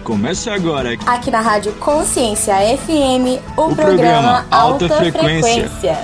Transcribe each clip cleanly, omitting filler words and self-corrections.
Começa agora, aqui na Rádio Consciência FM, o programa Alta Frequência.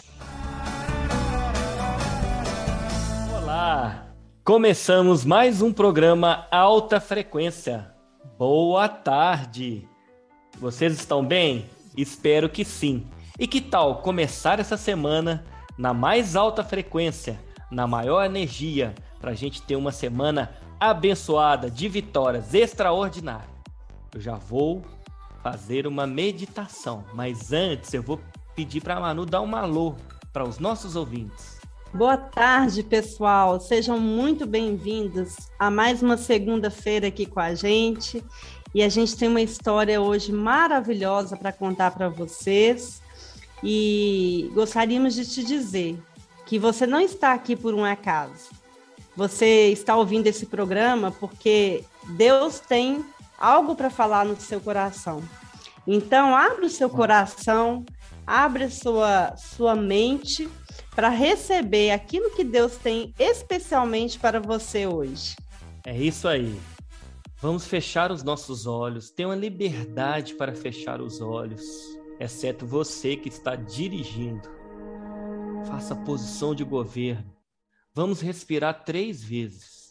Olá, começamos mais um programa Alta Frequência. Boa tarde. Vocês estão bem? Espero que sim. E que tal começar essa semana na mais alta frequência, na maior energia, para a gente ter uma semana abençoada de vitórias extraordinárias? Eu já vou fazer uma meditação, mas antes eu vou pedir para a Manu dar um alô para os nossos ouvintes. Boa tarde, pessoal. Sejam muito bem-vindos a mais uma segunda-feira aqui com a gente. E a gente tem uma história hoje maravilhosa para contar para vocês. E gostaríamos de te dizer que você não está aqui por um acaso. Você está ouvindo esse programa porque Deus tem algo para falar no seu coração. Então, abre o seu coração, abre a sua mente para receber aquilo que Deus tem especialmente para você hoje. É isso aí. Vamos fechar os nossos olhos. Tenha uma liberdade para fechar os olhos, exceto você que está dirigindo. Faça a posição de governo. Vamos respirar 3 vezes.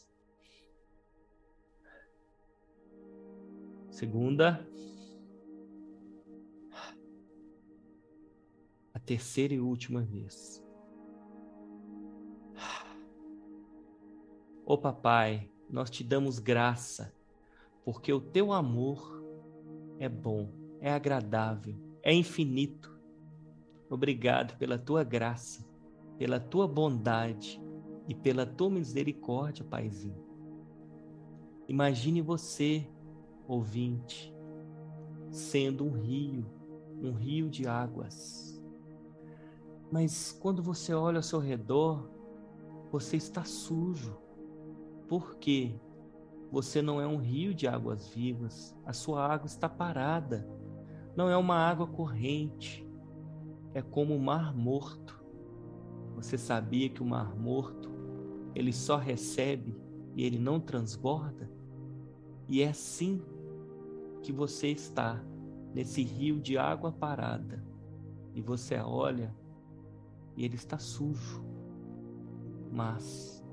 Segunda. A terceira e última vez. Ó Papai, nós te damos graça, porque o teu amor é bom, é agradável, é infinito. Obrigado pela tua graça, pela tua bondade e pela tua misericórdia, Paizinho. Imagine você, ouvinte, sendo um rio de águas. Mas quando você olha ao seu redor, você está sujo. Por quê? Você não é um rio de águas vivas, a sua água está parada. Não é uma água corrente, é como o Mar Morto. Você sabia que o Mar Morto, ele só recebe e ele não transborda? E é assim que você está, nesse rio de água parada. E você olha e ele está sujo. Mas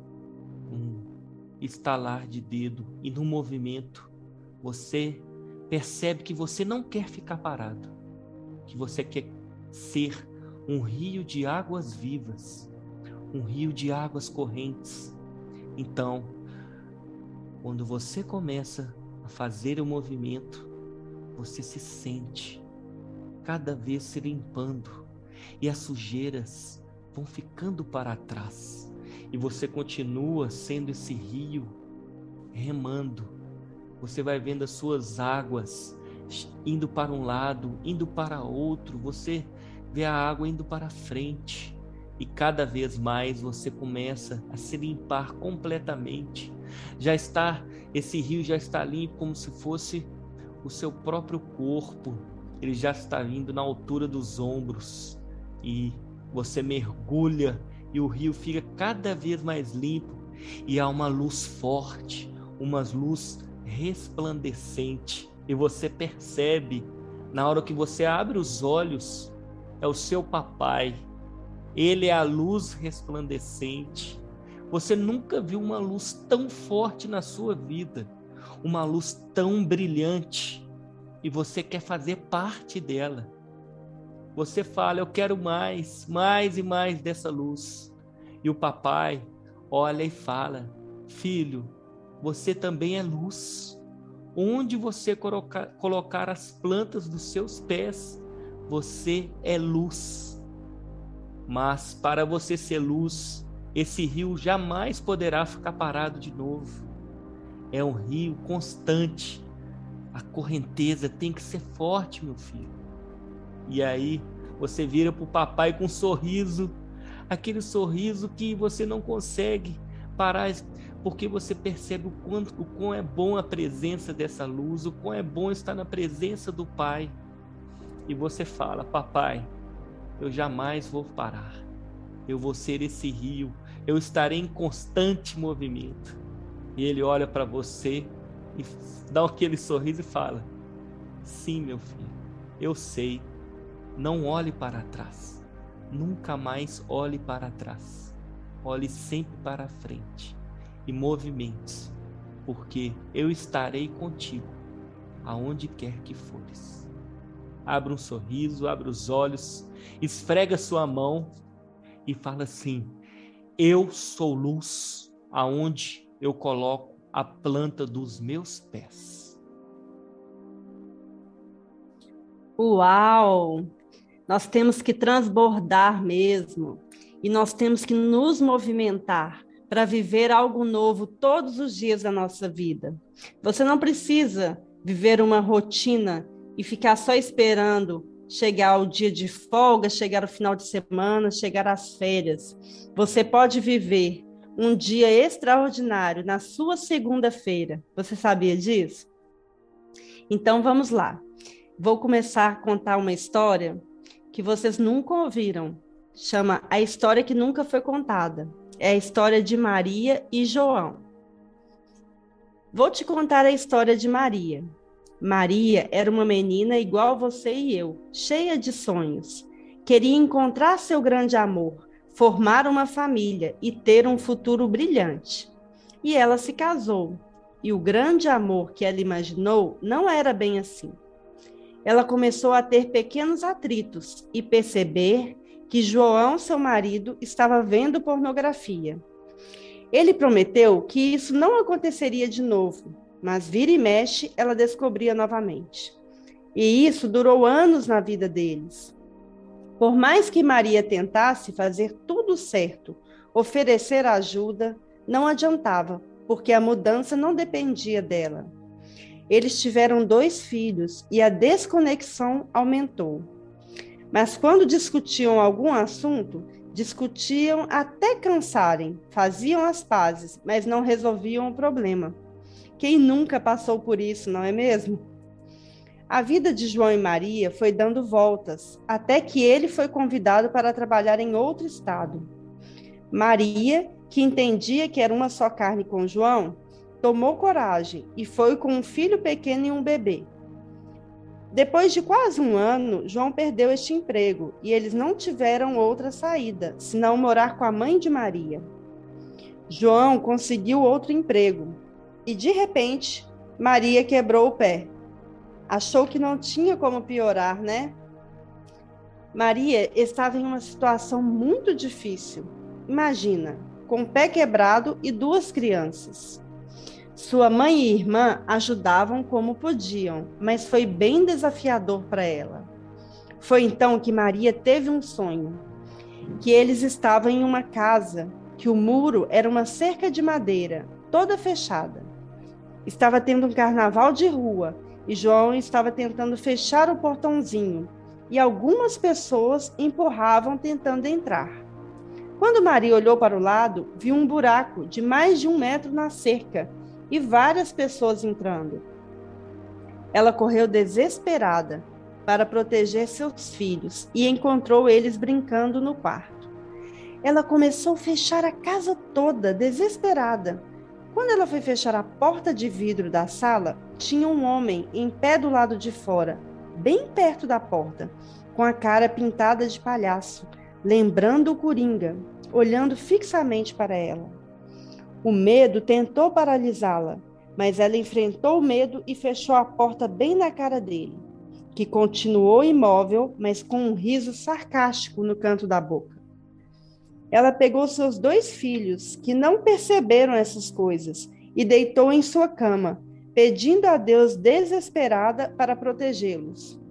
estalar de dedo e no movimento, você percebe que você não quer ficar parado, que você quer ser um rio de águas vivas, um rio de águas correntes. Então, quando você começa a fazer o movimento, você se sente cada vez se limpando e as sujeiras vão ficando para trás. E você continua sendo esse rio, remando. Você vai vendo as suas águas indo para um lado, indo para outro. Você vê a água indo para frente. E cada vez mais você começa a se limpar completamente. Esse rio já está limpo como se fosse o seu próprio corpo. Ele já está vindo na altura dos ombros. E você mergulha e o rio fica cada vez mais limpo e há uma luz forte, uma luz resplandecente, e você percebe, na hora que você abre os olhos, é o seu papai, ele é a luz resplandecente. Você nunca viu uma luz tão forte na sua vida, uma luz tão brilhante, e você quer fazer parte dela. Você fala, eu quero mais e mais dessa luz. E o papai olha e fala, filho, você também é luz. Onde você colocar as plantas dos seus pés, você é luz. Mas para você ser luz, esse rio jamais poderá ficar parado de novo. É um rio constante. A correnteza tem que ser forte, meu filho. E aí você vira para o papai com um sorriso, aquele sorriso que você não consegue parar, porque você percebe o quão é bom a presença dessa luz, o quão é bom estar na presença do Pai. E você fala, papai, eu jamais vou parar, eu vou ser esse rio, eu estarei em constante movimento. E ele olha para você e dá aquele sorriso e fala: sim, meu filho, eu sei. Não olhe para trás. Nunca mais olhe para trás. Olhe sempre para frente e movimente-se, porque eu estarei contigo aonde quer que fores. Abra um sorriso, abra os olhos, esfrega sua mão e fala assim: eu sou luz aonde eu coloco a planta dos meus pés. Uau! Nós temos que transbordar mesmo, e nós temos que nos movimentar para viver algo novo todos os dias da nossa vida. Você não precisa viver uma rotina e ficar só esperando chegar o dia de folga, chegar o final de semana, chegar às férias. Você pode viver um dia extraordinário na sua segunda-feira. Você sabia disso? Então vamos lá. Vou começar a contar uma história que vocês nunca ouviram. Chama A História que Nunca Foi Contada. É a história de Maria e João. Vou te contar a história de Maria. Maria era uma menina igual você e eu, cheia de sonhos. Queria encontrar seu grande amor, formar uma família e ter um futuro brilhante. E ela se casou. E o grande amor que ela imaginou não era bem assim. Ela começou a ter pequenos atritos e perceber que João, seu marido, estava vendo pornografia. Ele prometeu que isso não aconteceria de novo, mas vira e mexe, ela descobria novamente. E isso durou anos na vida deles. Por mais que Maria tentasse fazer tudo certo, oferecer ajuda, não adiantava, porque a mudança não dependia dela. Eles tiveram 2 filhos e a desconexão aumentou. Mas quando discutiam algum assunto, discutiam até cansarem, faziam as pazes, mas não resolviam o problema. Quem nunca passou por isso, não é mesmo? A vida de João e Maria foi dando voltas, até que ele foi convidado para trabalhar em outro estado. Maria, que entendia que era uma só carne com João, tomou coragem e foi com um filho pequeno e um bebê. Depois de quase um ano, João perdeu este emprego e eles não tiveram outra saída, senão morar com a mãe de Maria. João conseguiu outro emprego e, de repente, Maria quebrou o pé. Achou que não tinha como piorar, né? Maria estava em uma situação muito difícil. Imagina, com o pé quebrado e 2 crianças. Sua mãe e irmã ajudavam como podiam, mas foi bem desafiador para ela. Foi então que Maria teve um sonho, que eles estavam em uma casa, que o muro era uma cerca de madeira, toda fechada. Estava tendo um carnaval de rua e João estava tentando fechar o portãozinho e algumas pessoas empurravam tentando entrar. Quando Maria olhou para o lado, viu um buraco de mais de 1 metro na cerca e várias pessoas entrando. Ela correu desesperada para proteger seus filhos e encontrou eles brincando no quarto. Ela começou a fechar a casa toda, desesperada. Quando ela foi fechar a porta de vidro da sala, tinha um homem em pé do lado de fora, bem perto da porta, com a cara pintada de palhaço, lembrando o Coringa, olhando fixamente para ela. O medo tentou paralisá-la, mas ela enfrentou o medo e fechou a porta bem na cara dele, que continuou imóvel, mas com um riso sarcástico no canto da boca. Ela pegou seus 2 filhos, que não perceberam essas coisas, e deitou em sua cama, pedindo a Deus desesperada para protegê-los.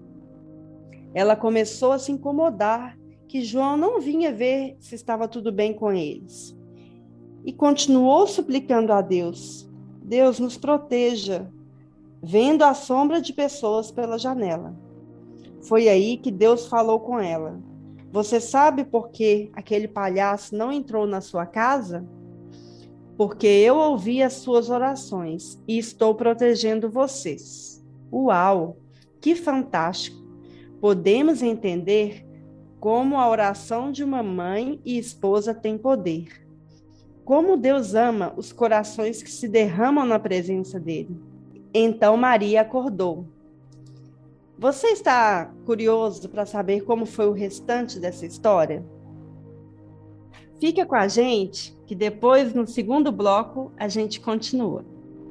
Ela começou a se incomodar que João não vinha ver se estava tudo bem com eles. E continuou suplicando a Deus: Deus, nos proteja, vendo a sombra de pessoas pela janela. Foi aí que Deus falou com ela: você sabe por que aquele palhaço não entrou na sua casa? Porque eu ouvi as suas orações e estou protegendo vocês. Uau, que fantástico! Podemos entender como a oração de uma mãe e esposa tem poder. Como Deus ama os corações que se derramam na presença dele. Então Maria acordou. Você está curioso para saber como foi o restante dessa história? Fica com a gente, que depois, no segundo bloco, a gente continua.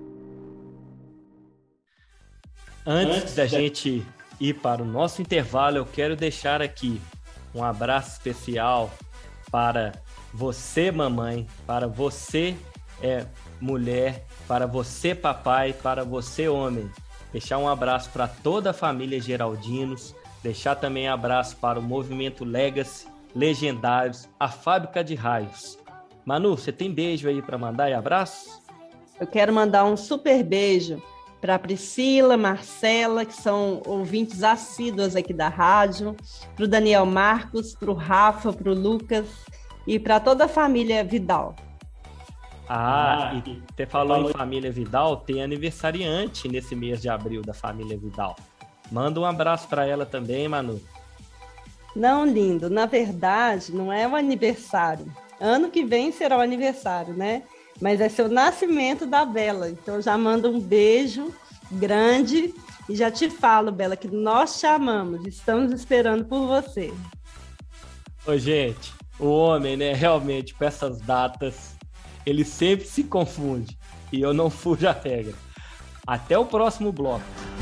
Antes da gente ir para o nosso intervalo, eu quero deixar aqui um abraço especial para você, mamãe, para você, mulher, para você, papai, para você, homem. Deixar um abraço para toda a família Geraldinos, deixar também um abraço para o Movimento Legacy, Legendários, a Fábrica de Raios. Manu, você tem beijo aí para mandar e abraços? Eu quero mandar um super beijo para a Priscila, Marcela, que são ouvintes assíduas aqui da rádio, para o Daniel Marcos, para o Rafa, para o Lucas e para toda a família Vidal. E você falou em família Vidal, tem aniversariante nesse mês de abril da família Vidal. Manda um abraço para ela também, Manu. Não, lindo, na verdade não é o aniversário. Ano que vem será o aniversário, né? Mas é seu nascimento da Bela. Então já mando um beijo grande e já te falo, Bela, que nós te amamos, estamos esperando por você. Ô, gente, o homem, né, realmente, com essas datas, ele sempre se confunde e eu não fujo a regra. Até o próximo bloco.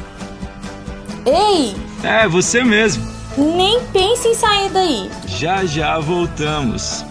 Ei! É, você mesmo. Nem pense em sair daí. Já voltamos.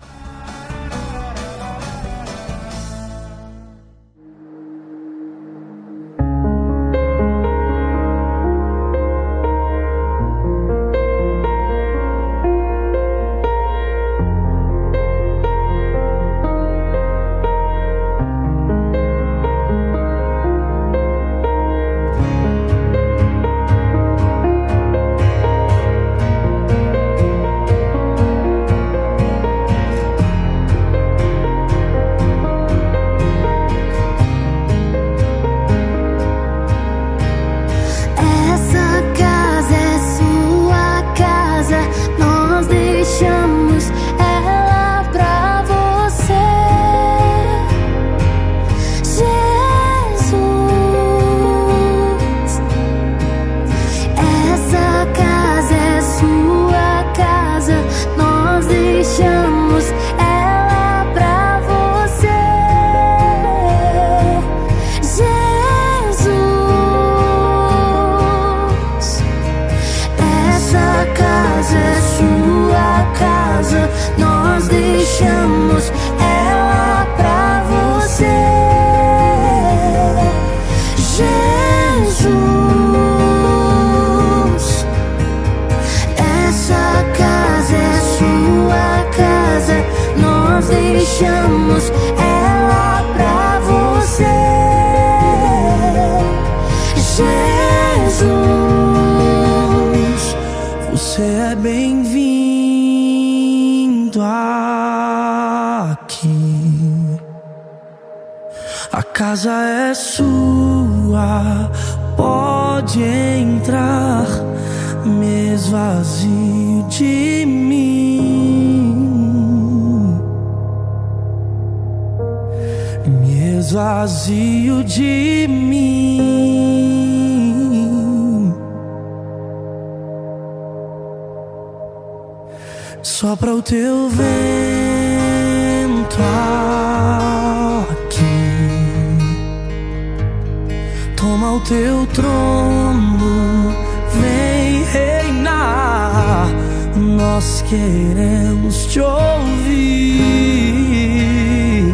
casa é sua, pode entrar, me esvazio de mim, me esvazio de mim, sopra o teu vento aqui, toma o teu trono, vem reinar. Nós queremos te ouvir,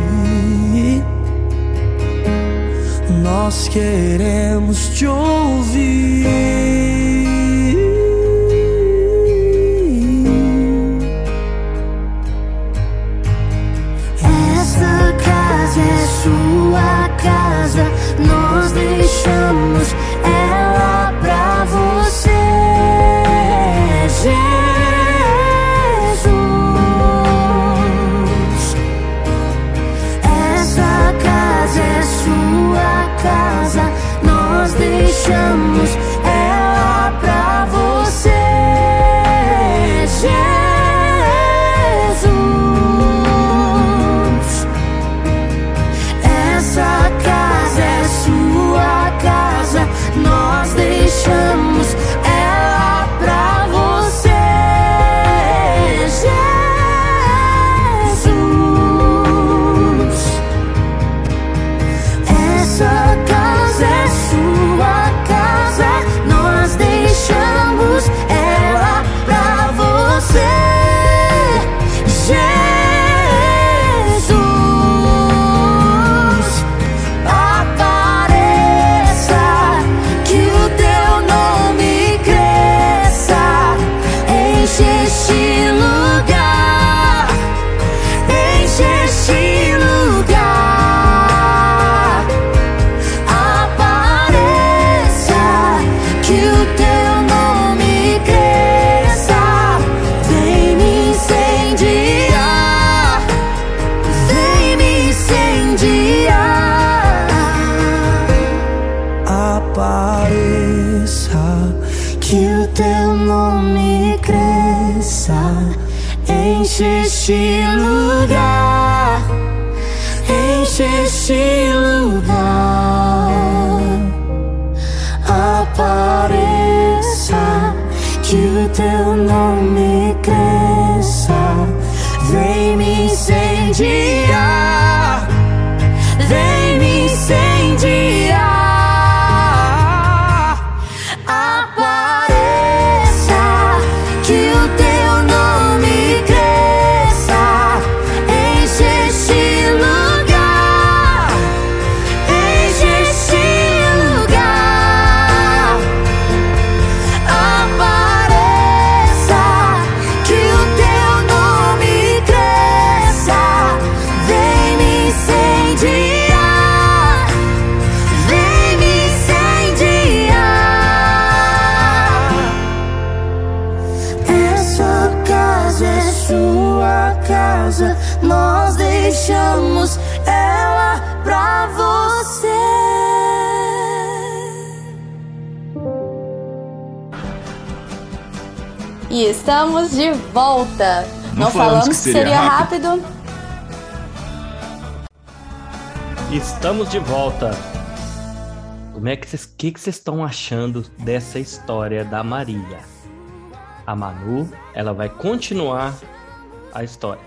nós queremos te ouvir. Essa casa é sua casa, nós deixamos ela pra você, Jesus. Essa casa é sua casa, nós deixamos ela pra você, Jesus. Essa casa é sua apareça, que o teu nome cresça, enche este lugar, enche este lugar. Apareça, que o teu nome cresça, vem me incendiar, vem me incendiar. Apareça, que o teu nome cresça, enche este lugar, enche este lugar. Apareça, que o teu nome cresça, vem me incendiar, vem me incendiar. Essa casa é sua casa, nós deixamos ela pra você. E estamos de volta. Não falamos que seria rápido. Estamos de volta. Como é que vocês estão achando dessa história da Maria? A Manu, ela vai continuar a história.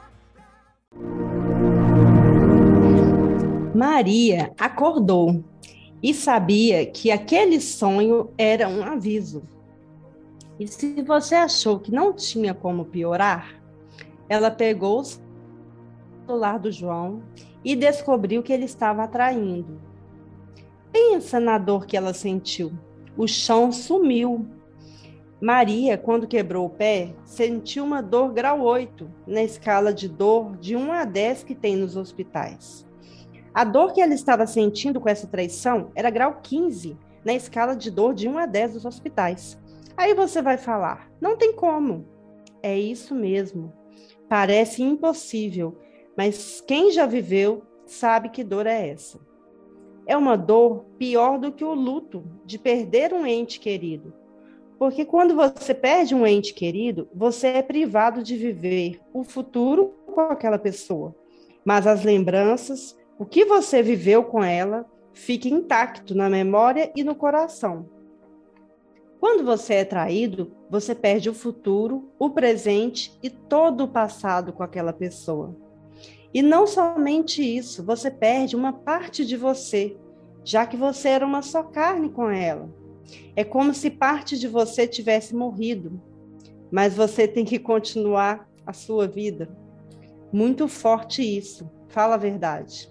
Maria acordou e sabia que aquele sonho era um aviso. E se você achou que não tinha como piorar, ela pegou o celular do João e descobriu que ele estava atraindo. Pensa na dor que ela sentiu. O chão sumiu. Maria, quando quebrou o pé, sentiu uma dor grau 8, na escala de dor de 1 a 10 que tem nos hospitais. A dor que ela estava sentindo com essa traição era grau 15, na escala de dor de 1 a 10 dos hospitais. Aí você vai falar, não tem como. É isso mesmo. Parece impossível, mas quem já viveu sabe que dor é essa. É uma dor pior do que o luto de perder um ente querido. Porque quando você perde um ente querido, você é privado de viver o futuro com aquela pessoa. Mas as lembranças, o que você viveu com ela, fica intacto na memória e no coração. Quando você é traído, você perde o futuro, o presente e todo o passado com aquela pessoa. E não somente isso, você perde uma parte de você, já que você era uma só carne com ela. É como se parte de você tivesse morrido, mas você tem que continuar a sua vida. Muito forte isso, fala a verdade.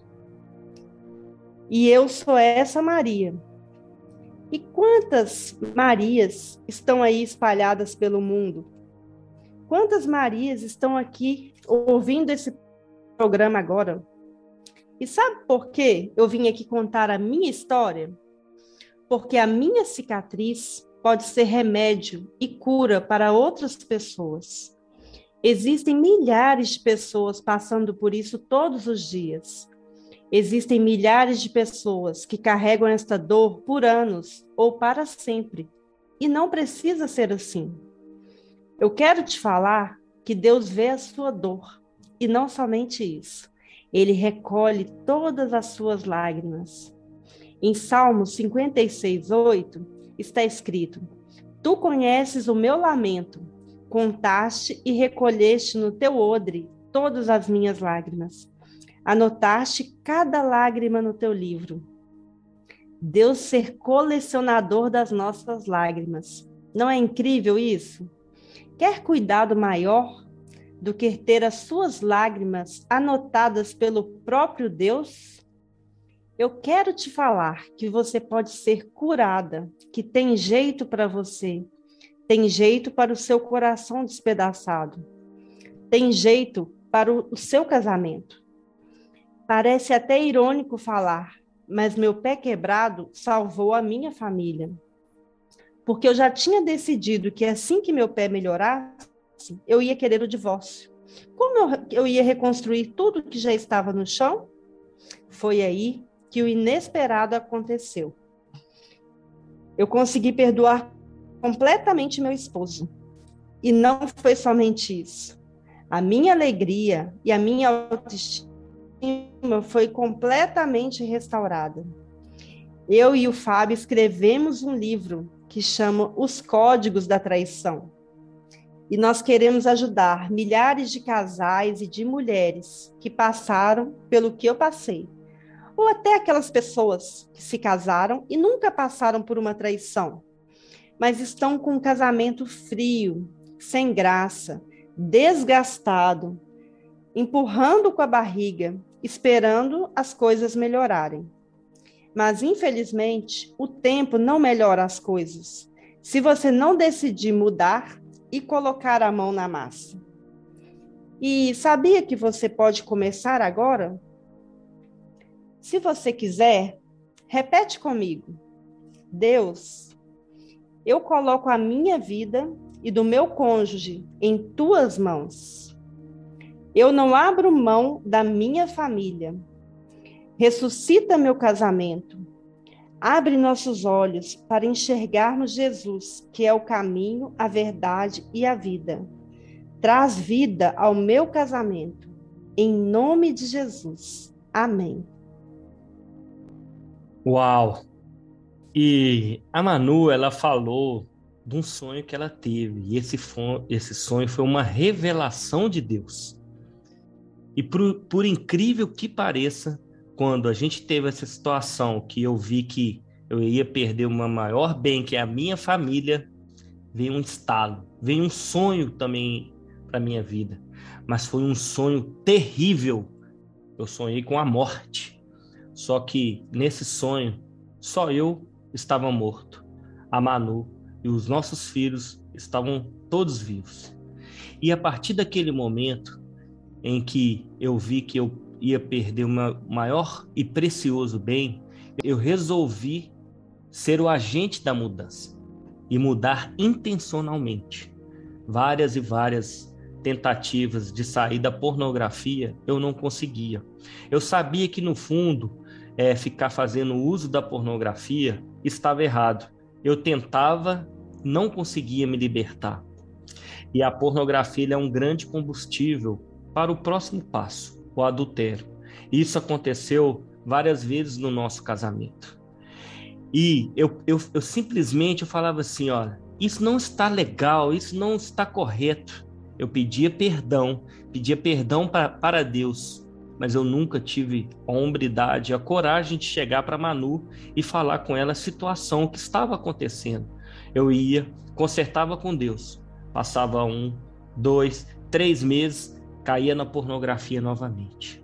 E eu sou essa Maria. E quantas Marias estão aí espalhadas pelo mundo? Quantas Marias estão aqui ouvindo esse programa agora? E sabe por que eu vim aqui contar a minha história? Porque a minha cicatriz pode ser remédio e cura para outras pessoas. Existem milhares de pessoas passando por isso todos os dias. Existem milhares de pessoas que carregam esta dor por anos ou para sempre. E não precisa ser assim. Eu quero te falar que Deus vê a sua dor. E não somente isso. Ele recolhe todas as suas lágrimas. Em Salmos 56:8 está escrito: Tu conheces o meu lamento, contaste e recolheste no teu odre todas as minhas lágrimas. Anotaste cada lágrima no teu livro. Deus ser colecionador das nossas lágrimas. Não é incrível isso? Quer cuidado maior do que ter as suas lágrimas anotadas pelo próprio Deus? Eu quero te falar que você pode ser curada, que tem jeito para você, tem jeito para o seu coração despedaçado, tem jeito para o seu casamento. Parece até irônico falar, mas meu pé quebrado salvou a minha família. Porque eu já tinha decidido que assim que meu pé melhorasse, eu ia querer o divórcio. Como eu ia reconstruir tudo que já estava no chão? Foi aí que o inesperado aconteceu. eu consegui perdoar completamente meu esposo. E não foi somente isso. A minha alegria e a minha autoestima foi completamente restaurada. Eu e o Fábio escrevemos um livro que chama Os Códigos da Traição. E nós queremos ajudar milhares de casais e de mulheres que passaram pelo que eu passei. Ou até aquelas pessoas que se casaram e nunca passaram por uma traição, mas estão com um casamento frio, sem graça, desgastado, empurrando com a barriga, esperando as coisas melhorarem. Mas, infelizmente, o tempo não melhora as coisas, se você não decidir mudar e colocar a mão na massa. E sabia que você pode começar agora? Se você quiser, repete comigo. Deus, eu coloco a minha vida e do meu cônjuge em tuas mãos. Eu não abro mão da minha família. Ressuscita meu casamento. Abre nossos olhos para enxergarmos Jesus, que é o caminho, a verdade e a vida. Traz vida ao meu casamento. Em nome de Jesus. Amém. Uau! E a Manu, ela falou de um sonho que ela teve. E esse sonho foi uma revelação de Deus. E por incrível que pareça, quando a gente teve essa situação que eu vi que eu ia perder uma maior bem, que é a minha família, veio um estalo, veio um sonho também para a minha vida. Mas foi um sonho terrível. Eu sonhei com a morte. Só que nesse sonho, só eu estava morto. A Manu e os nossos filhos estavam todos vivos. E a partir daquele momento em que eu vi que eu ia perder o meu maior e precioso bem, eu resolvi ser o agente da mudança e mudar intencionalmente. Várias e várias tentativas de sair da pornografia, eu não conseguia. Eu sabia que no fundo, ficar fazendo uso da pornografia estava errado. Eu tentava, não conseguia me libertar. E a pornografia é um grande combustível para o próximo passo, o adultério. Isso aconteceu várias vezes no nosso casamento. E eu simplesmente falava assim, olha, isso não está legal, isso não está correto. Eu pedia perdão para Deus, mas eu nunca tive a hombridade, a coragem de chegar para Manu e falar com ela a situação que estava acontecendo. Eu ia, consertava com Deus, passava 1, 2, 3 meses, caía na pornografia novamente.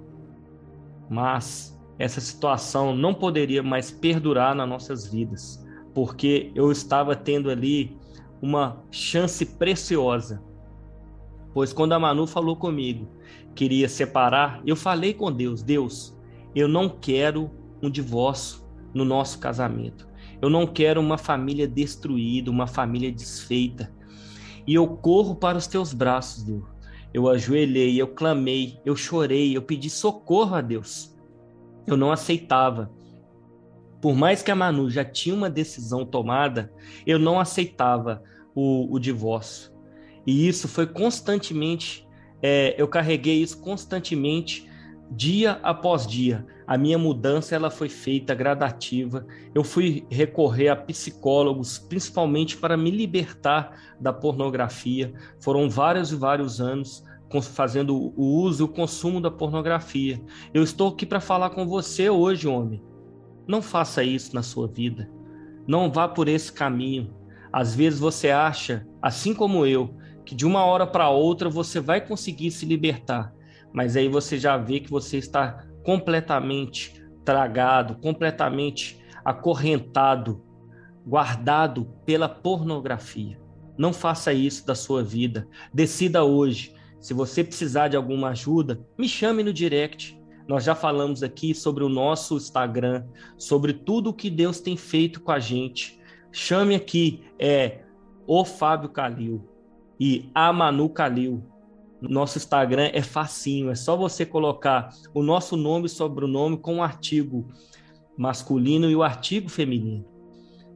Mas essa situação não poderia mais perdurar nas nossas vidas, porque eu estava tendo ali uma chance preciosa. Pois quando a Manu falou comigo, queria separar, eu falei com Deus, Deus, eu não quero um divórcio no nosso casamento. Eu não quero uma família destruída, uma família desfeita. E eu corro para os teus braços, Deus. Eu ajoelhei, eu clamei, eu chorei, eu pedi socorro a Deus. Eu não aceitava. Por mais que a Manu já tinha uma decisão tomada, eu não aceitava o divórcio. E isso foi constantemente, eu carreguei isso constantemente, dia após dia. A minha mudança ela foi feita gradativa. Eu fui recorrer a psicólogos, principalmente para me libertar da pornografia. Foram vários e vários anos fazendo o uso e o consumo da pornografia. Eu estou aqui para falar com você hoje, homem. Não faça isso na sua vida. Não vá por esse caminho. Às vezes você acha, assim como eu, que de uma hora para outra você vai conseguir se libertar. Mas aí você já vê que você está completamente tragado, completamente acorrentado, guardado pela pornografia. Não faça isso da sua vida. Decida hoje. Se você precisar de alguma ajuda, me chame no direct. Nós já falamos aqui sobre o nosso Instagram, sobre tudo o que Deus tem feito com a gente. Chame aqui, o Fábio Calil e a Manu Calil. Nosso Instagram é facinho, é só você colocar o nosso nome e sobrenome com o artigo masculino e o artigo feminino.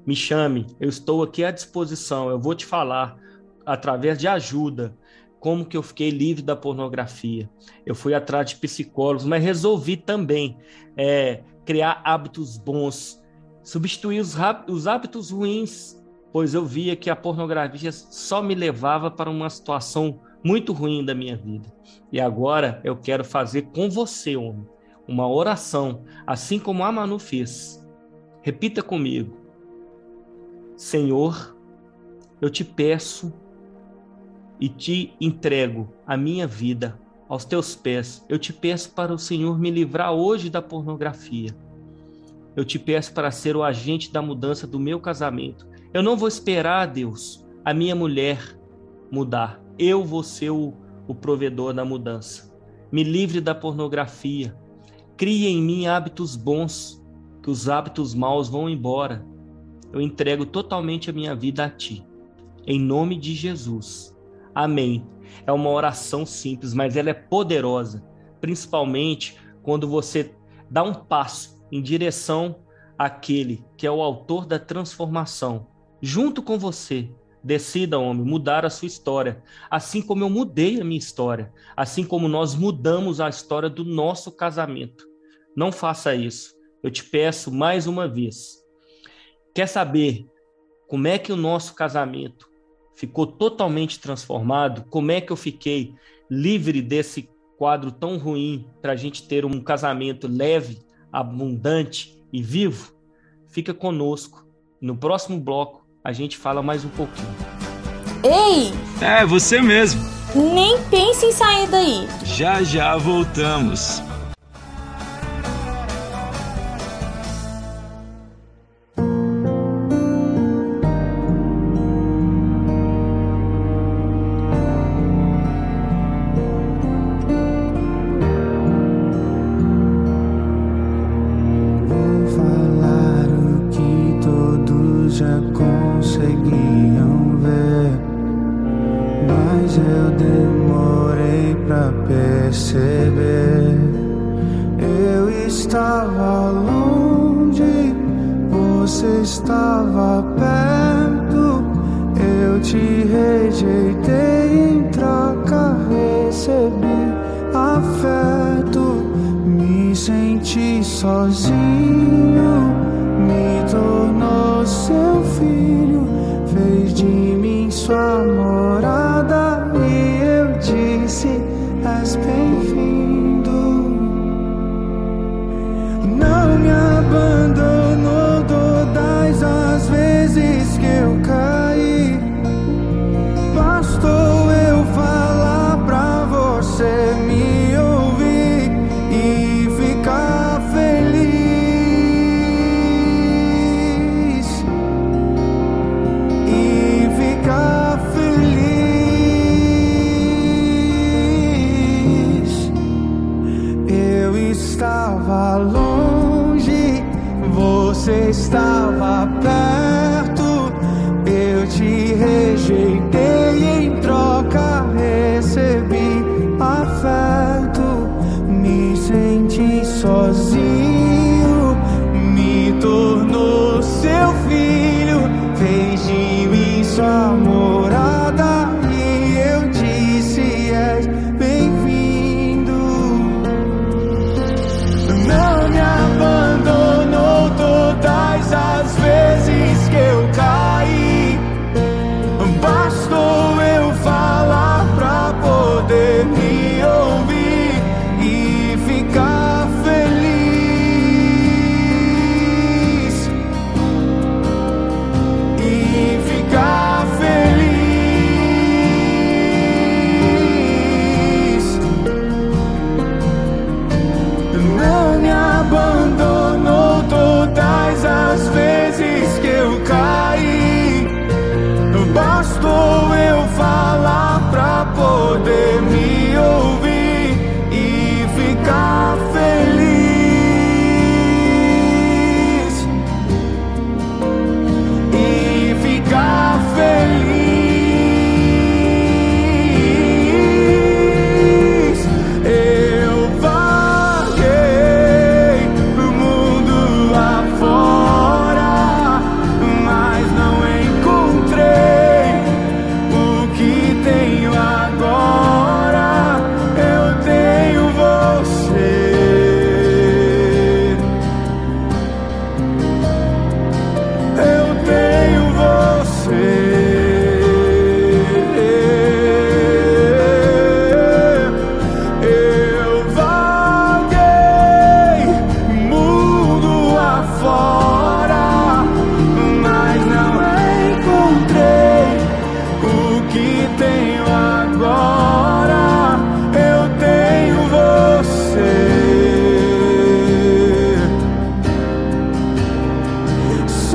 me chame, eu estou aqui à disposição, eu vou te falar, através de ajuda, como que eu fiquei livre da pornografia. Eu fui atrás de psicólogos, mas resolvi também criar hábitos bons, substituir os hábitos ruins, pois eu via que a pornografia só me levava para uma situação muito ruim da minha vida. E agora eu quero fazer com você, homem, uma oração, assim como a Manu fez. Repita comigo. Senhor, eu te peço e te entrego a minha vida aos teus pés. Eu te peço para o Senhor me livrar hoje da pornografia. Eu te peço para ser o agente da mudança do meu casamento. Eu não vou esperar, Deus, a minha mulher mudar. Eu vou ser o provedor da mudança. Me livre da pornografia. Crie em mim hábitos bons, que os hábitos maus vão embora. Eu entrego totalmente a minha vida a ti. Em nome de Jesus. Amém. É uma oração simples, mas ela é poderosa, principalmente quando você dá um passo em direção àquele que é o autor da transformação. Junto com você, decida, homem, mudar a sua história, assim como eu mudei a minha história, assim como nós mudamos a história do nosso casamento. Não faça isso. Eu te peço mais uma vez. Quer saber como é que o nosso casamento ficou totalmente transformado? Como é que eu fiquei livre desse quadro tão ruim para a gente ter um casamento leve, abundante e vivo? Fica conosco. No próximo bloco, a gente fala mais um pouquinho. Ei! É, você mesmo. Nem pense em sair daí. Já já voltamos. Bastou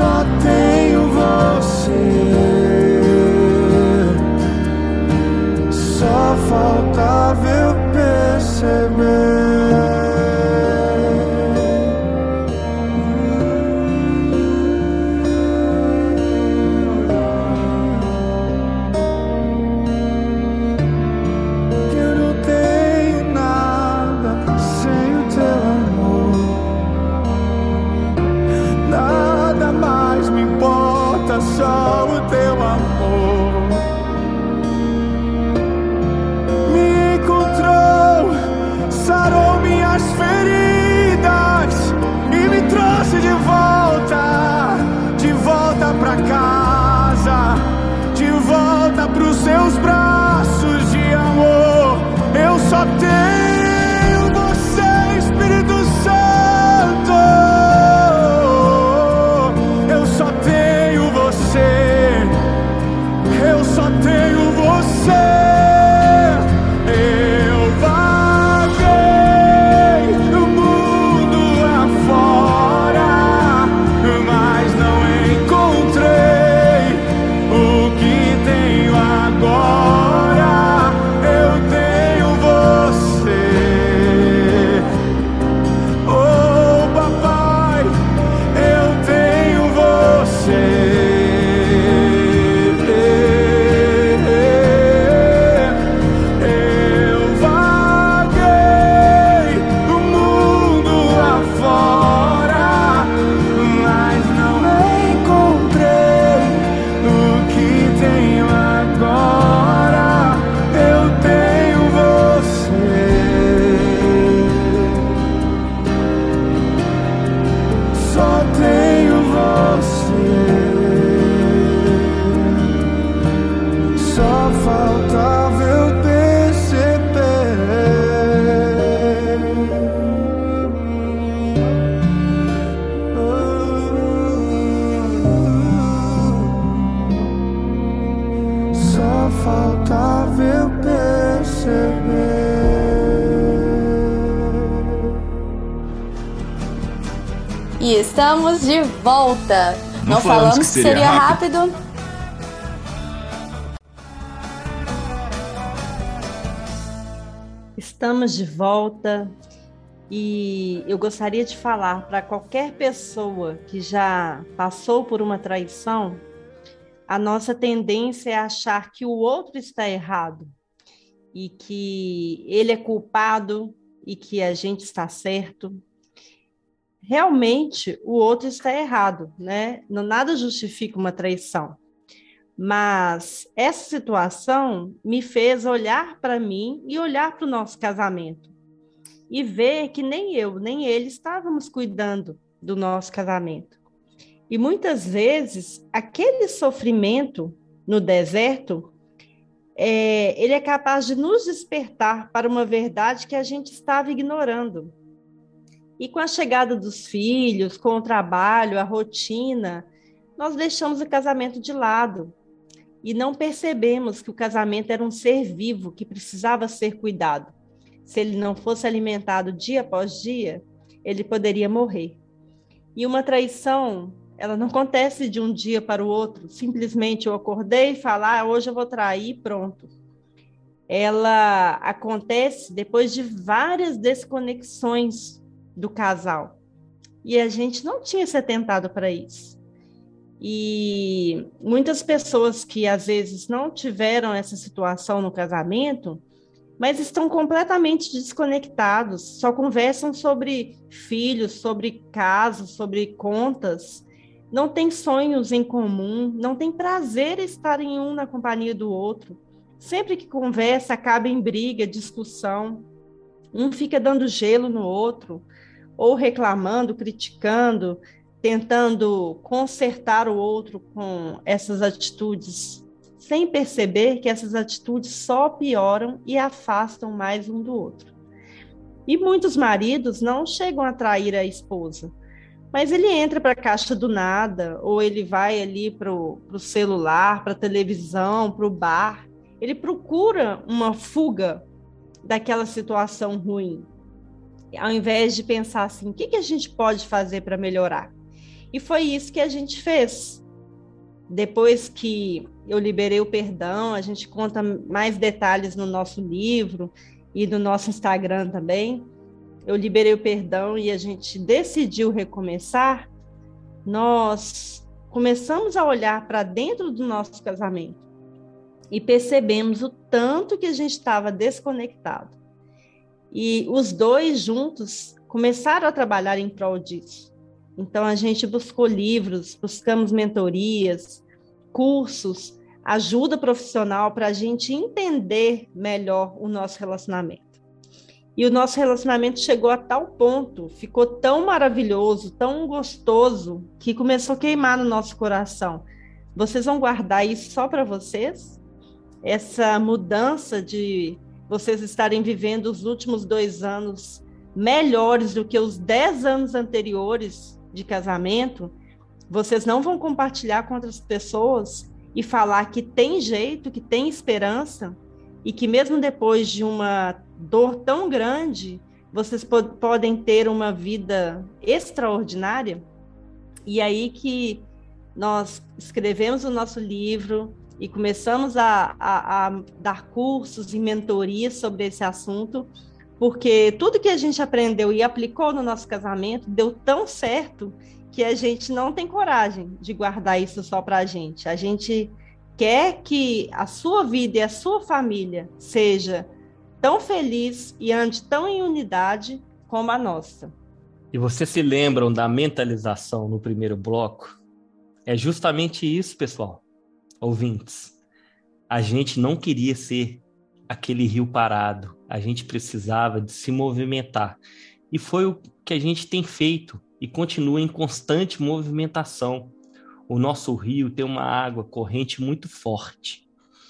só tenho você. Só faltava eu perceber. Só o teu amor me encontrou, sarou minhas feridas e me trouxe de volta pra casa, de volta pros seus braços de amor. Eu só tenho você, Espírito Santo. Eu só tenho você, eu só tenho você. Eu vaguei o mundo afora, mas não encontrei o que tenho agora. Eu tenho você, oh papai, eu tenho você. E estamos de volta. Não falamos que seria rápido. Estamos de volta e eu gostaria de falar para qualquer pessoa que já passou por uma traição, a nossa tendência é achar que o outro está errado e que ele é culpado e que a gente está certo. Realmente, o outro está errado, né? Nada justifica uma traição. Mas essa situação me fez olhar para mim e olhar para o nosso casamento e ver que nem eu, nem ele estávamos cuidando do nosso casamento. E muitas vezes, aquele sofrimento no deserto, ele é capaz de nos despertar para uma verdade que a gente estava ignorando. E com a chegada dos filhos, com o trabalho, a rotina, nós deixamos o casamento de lado e não percebemos que o casamento era um ser vivo que precisava ser cuidado. Se ele não fosse alimentado dia após dia, ele poderia morrer. E uma traição, ela não acontece de um dia para o outro. Simplesmente eu acordei e falar, hoje eu vou trair, pronto. Ela acontece depois de várias desconexões do casal. E a gente não tinha se atentado para isso. E muitas pessoas que às vezes não tiveram essa situação no casamento, mas estão completamente desconectados, só conversam sobre filhos, sobre casos, sobre contas, não tem sonhos em comum, não tem prazer em estar em um na companhia do outro. Sempre que conversa, acaba em briga, discussão, um fica dando gelo no outro, ou reclamando, criticando, tentando consertar o outro com essas atitudes, sem perceber que essas atitudes só pioram e afastam mais um do outro. E muitos maridos não chegam a trair a esposa, mas ele entra para a caixa do nada, ou ele vai ali para o celular, para a televisão, para o bar, ele procura uma fuga daquela situação ruim, ao invés de pensar assim, o que a gente pode fazer para melhorar? E foi isso que a gente fez. Depois que eu liberei o perdão, a gente conta mais detalhes no nosso livro e no nosso Instagram também. Eu liberei o perdão e a gente decidiu recomeçar. Nós começamos a olhar para dentro do nosso casamento e percebemos o tanto que a gente estava desconectado. E os dois juntos começaram a trabalhar em prol disso. Então, a gente buscou livros, buscamos mentorias, cursos, ajuda profissional para a gente entender melhor o nosso relacionamento. E o nosso relacionamento chegou a tal ponto, ficou tão maravilhoso, tão gostoso, que começou a queimar no nosso coração. Vocês vão guardar isso só para vocês? Essa mudança de vocês estarem vivendo os últimos 2 anos melhores do que os 10 anos anteriores de casamento, vocês não vão compartilhar com outras pessoas e falar que tem jeito, que tem esperança e que mesmo depois de uma dor tão grande, vocês podem ter uma vida extraordinária? E aí que nós escrevemos o nosso livro e começamos a dar cursos e mentorias sobre esse assunto, porque tudo que a gente aprendeu e aplicou no nosso casamento deu tão certo que a gente não tem coragem de guardar isso só para a gente. A gente quer que a sua vida e a sua família seja tão feliz e ande tão em unidade como a nossa. E vocês se lembram da mentalização no primeiro bloco? É justamente isso, pessoal, ouvintes. A gente não queria ser aquele rio parado, a gente precisava de se movimentar. E foi o que a gente tem feito e continua em constante movimentação. O nosso rio tem uma água corrente muito forte.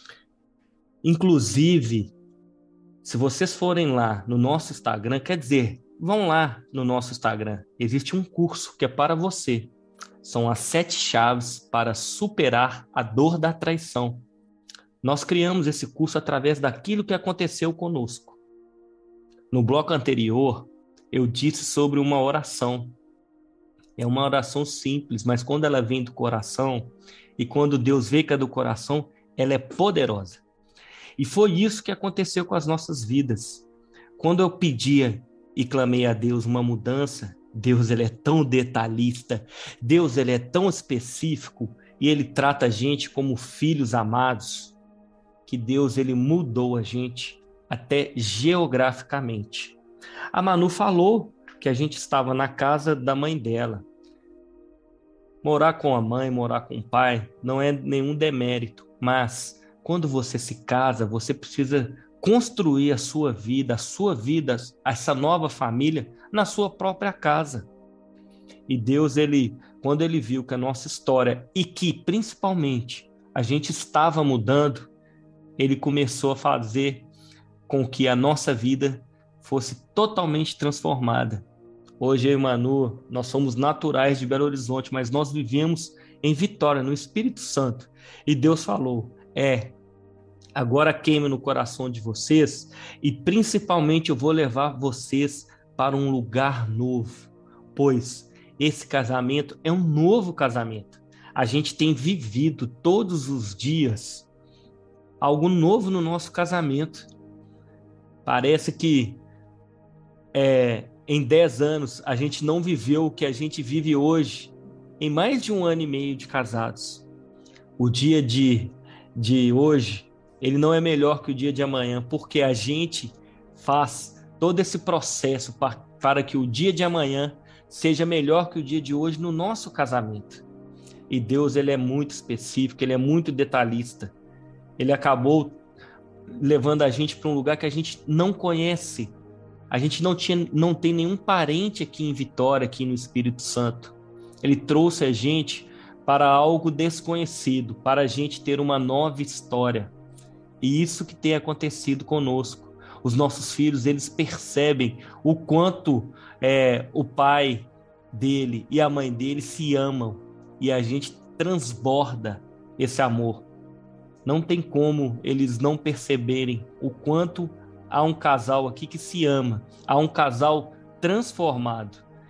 Inclusive, se vocês forem lá no nosso Instagram, quer dizer, vão lá no nosso Instagram, existe um curso que é para você. São as 7 chaves para superar a dor da traição. Nós criamos esse curso através daquilo que aconteceu conosco. No bloco anterior, eu disse sobre uma oração. É uma oração simples, mas quando ela vem do coração, e quando Deus vê que é do coração, ela é poderosa. E foi isso que aconteceu com as nossas vidas. Quando eu pedia e clamei a Deus uma mudança, Deus ele é tão detalhista, Deus ele é tão específico, e ele trata a gente como filhos amados, que Deus ele mudou a gente até geograficamente. A Manu falou que a gente estava na casa da mãe dela. Morar com a mãe, morar com o pai, não é nenhum demérito, mas quando você se casa, você precisa construir a sua vida, essa nova família, na sua própria casa. E Deus, quando ele viu que a nossa história, e que principalmente a gente estava mudando, ele começou a fazer com que a nossa vida fosse totalmente transformada. Hoje eu e Manu, nós somos naturais de Belo Horizonte, mas nós vivemos em Vitória, no Espírito Santo. E Deus falou, agora queime no coração de vocês e principalmente eu vou levar vocês para um lugar novo, pois esse casamento é um novo casamento. A gente tem vivido todos os dias algo novo no nosso casamento. Parece que em 10 anos a gente não viveu o que a gente vive hoje, em mais de 1 ano e meio de casados. O dia de hoje, ele não é melhor que o dia de amanhã, porque a gente faz todo esse processo para que o dia de amanhã seja melhor que o dia de hoje no nosso casamento. E Deus ele é muito específico, ele é muito detalhista. Ele acabou levando a gente para um lugar que a gente não conhece. A gente não tem nenhum parente aqui em Vitória, aqui no Espírito Santo. Ele trouxe a gente para algo desconhecido, para a gente ter uma nova história. E isso que tem acontecido conosco. Os nossos filhos, eles percebem o quanto o pai dele e a mãe dele se amam. E a gente transborda esse amor. Não tem como eles não perceberem o quanto há um casal aqui que se ama, há um casal transformado.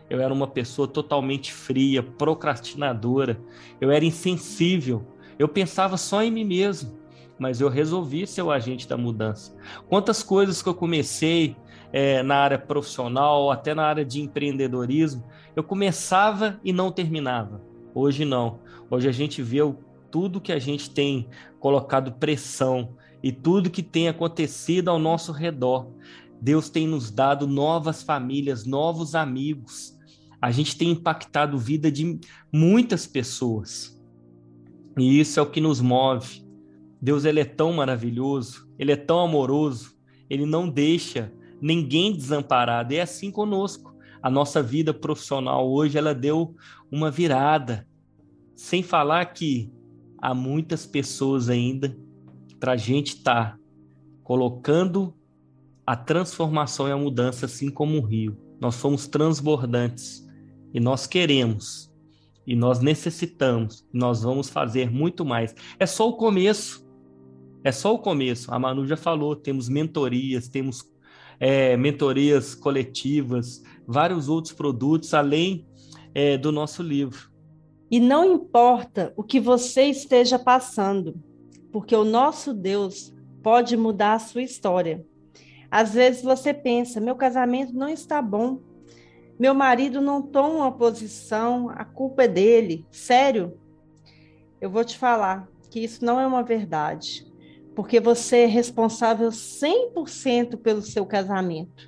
Eu era uma pessoa totalmente fria, procrastinadora. Eu era insensível. Eu pensava só em mim mesmo. Mas eu resolvi ser o agente da mudança. Quantas coisas que eu comecei na área profissional, até na área de empreendedorismo, eu começava e não terminava. Hoje não. Hoje a gente vê tudo que a gente tem colocado pressão e tudo que tem acontecido ao nosso redor. Deus tem nos dado novas famílias, novos amigos. A gente tem impactado a vida de muitas pessoas. E isso é o que nos move. Deus, ele é tão maravilhoso, ele é tão amoroso, ele não deixa ninguém desamparado. E é assim conosco. A nossa vida profissional hoje, ela deu uma virada. Sem falar que há muitas pessoas ainda para a gente estar colocando a transformação e a mudança assim como um rio. Nós somos transbordantes e nós queremos e nós necessitamos, nós vamos fazer muito mais. É só o começo. É só o começo. A Manu já falou, temos mentorias, temos mentorias coletivas, vários outros produtos além do nosso livro. E não importa o que você esteja passando, porque o nosso Deus pode mudar a sua história. Às vezes você pensa, meu casamento não está bom, meu marido não toma uma posição, a culpa é dele. Sério? Eu vou te falar que isso não é uma verdade. Porque você é responsável 100% pelo seu casamento.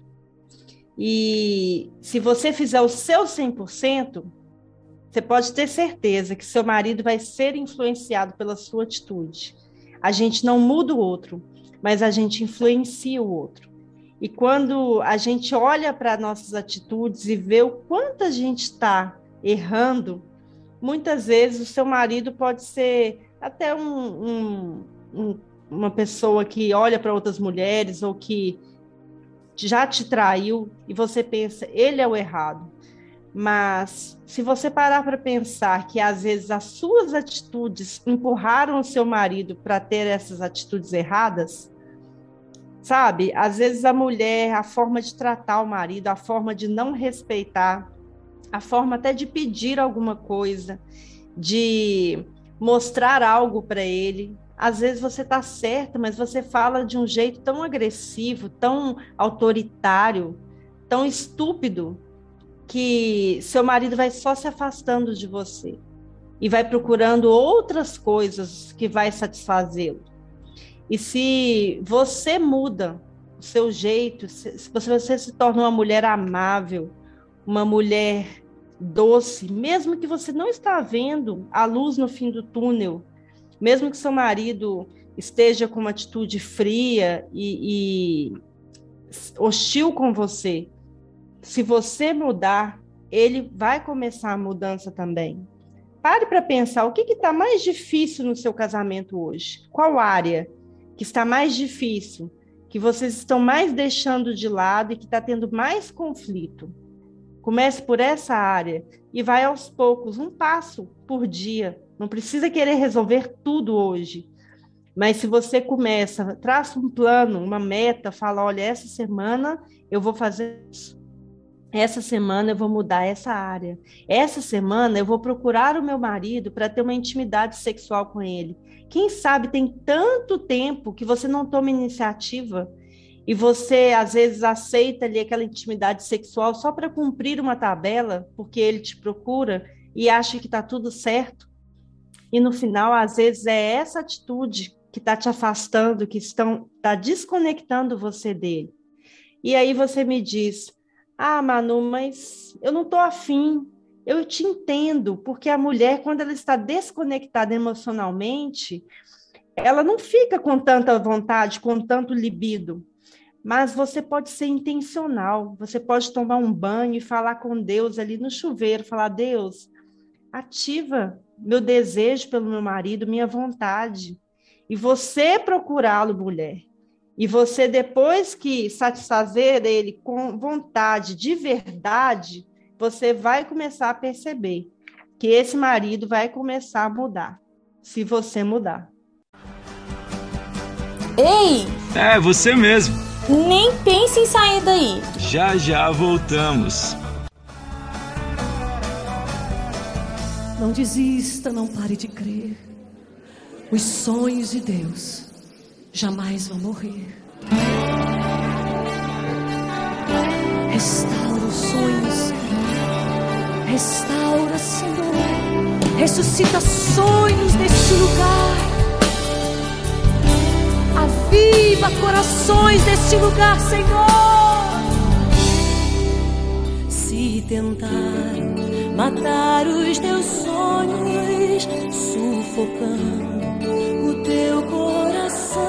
E se você fizer o seu 100%, você pode ter certeza que seu marido vai ser influenciado pela sua atitude. A gente não muda o outro, mas a gente influencia o outro. E quando a gente olha para nossas atitudes e vê o quanto a gente está errando, muitas vezes o seu marido pode ser até uma pessoa que olha para outras mulheres ou que já te traiu e você pensa, ele é o errado. Mas se você parar para pensar que às vezes as suas atitudes empurraram o seu marido para ter essas atitudes erradas, sabe? Às vezes a mulher, a forma de tratar o marido, a forma de não respeitar, a forma até de pedir alguma coisa, de mostrar algo para ele. Às vezes você está certa, mas você fala de um jeito tão agressivo, tão autoritário, tão estúpido, que seu marido vai só se afastando de você e vai procurando outras coisas que vai satisfazê-lo. E se você muda o seu jeito, se você se torna uma mulher amável, uma mulher doce, mesmo que você não está vendo a luz no fim do túnel, mesmo que seu marido esteja com uma atitude fria e hostil com você, se você mudar, ele vai começar a mudança também. Pare para pensar, o que está mais difícil no seu casamento hoje? Qual área que está mais difícil, que vocês estão mais deixando de lado e que está tendo mais conflito? Comece por essa área e vai aos poucos, um passo por dia. Não precisa querer resolver tudo hoje. Mas se você começa, traça um plano, uma meta, fala, olha, essa semana eu vou fazer isso. Essa semana eu vou mudar essa área. Essa semana eu vou procurar o meu marido para ter uma intimidade sexual com ele. Quem sabe tem tanto tempo que você não toma iniciativa e você, às vezes, aceita ali aquela intimidade sexual só para cumprir uma tabela, porque ele te procura e acha que está tudo certo. E no final, às vezes, é essa atitude que está te afastando, que está desconectando você dele. E aí você me diz, Manu, mas eu não estou afim. Eu te entendo, porque a mulher, quando ela está desconectada emocionalmente, ela não fica com tanta vontade, com tanto libido. Mas você pode ser intencional, você pode tomar um banho e falar com Deus ali no chuveiro, falar, Deus, ativa meu desejo pelo meu marido, minha vontade. E você procurá-lo, mulher. E você, depois que satisfazer ele com vontade, de verdade, você vai começar a perceber que esse marido vai começar a mudar, se você mudar. Ei! É, você mesmo. Nem pense em sair daí. Já voltamos. Não desista, não pare de crer. Os sonhos de Deus jamais vão morrer. Restaura os sonhos, restaura, Senhor. Ressuscita sonhos neste lugar. Aviva corações neste lugar, Senhor. Se tentar matar os teus sonhos, sufocando o teu coração,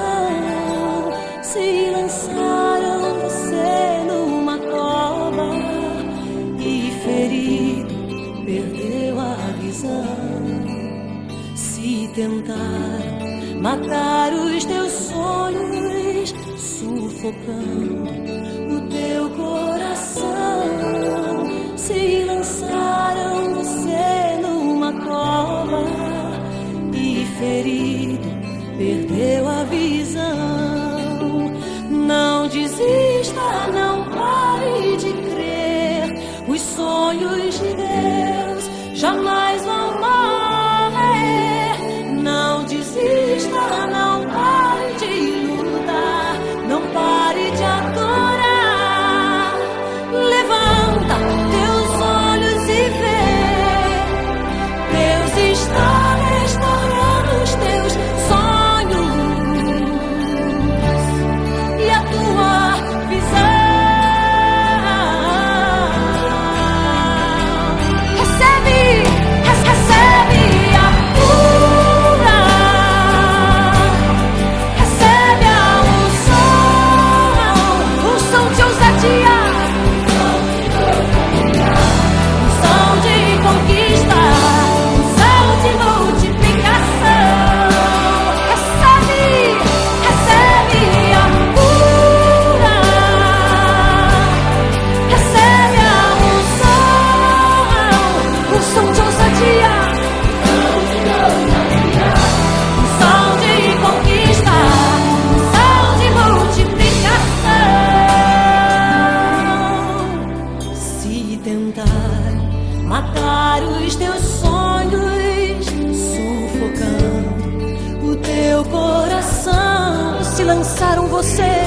se lançaram você numa cova e ferido perdeu a visão. Se tentar matar os teus sonhos, sufocando o teu coração, se lançaram você numa cova e ferido perdeu a visão. Não desista, não pare de crer. Os sonhos de Deus jamais vão morrer. Não desista, não pare de lutar, não pare de adorar. Levanta teus olhos e vê, Deus está restaurando os teus sonhos e a tua visão. Recebe a cura, recebe a unção de ousadia, unção de conquista, unção de multiplicação. Recebe a cura, recebe a unção de ousadia, unção de conquista, unção de multiplicação. Se tentar matar os teus sonhos, sufocando o teu coração, se lançaram você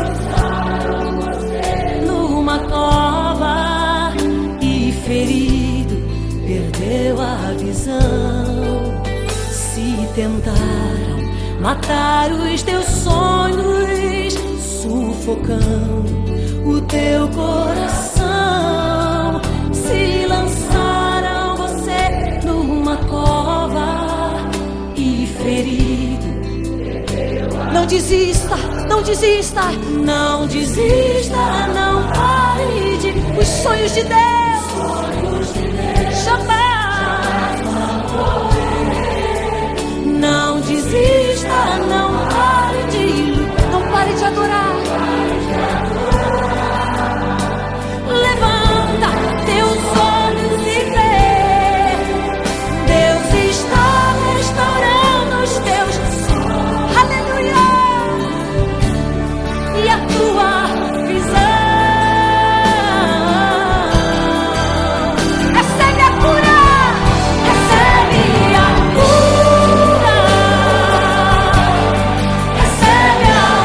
numa cova e ferido perdeu a visão. Se tentaram matar os teus sonhos, sufocando o teu coração, se lançaram você numa cova e ferido. Não desista, não desista, não desista, não pare de. Os sonhos de Deus jamais. Não desista, não pare de lutar, não pare de adorar. Levanta teus olhos e vê, Deus está restaurando os teus sonhos. Aleluia! E a tua visão. Recebe a cura, recebe a cura, recebe a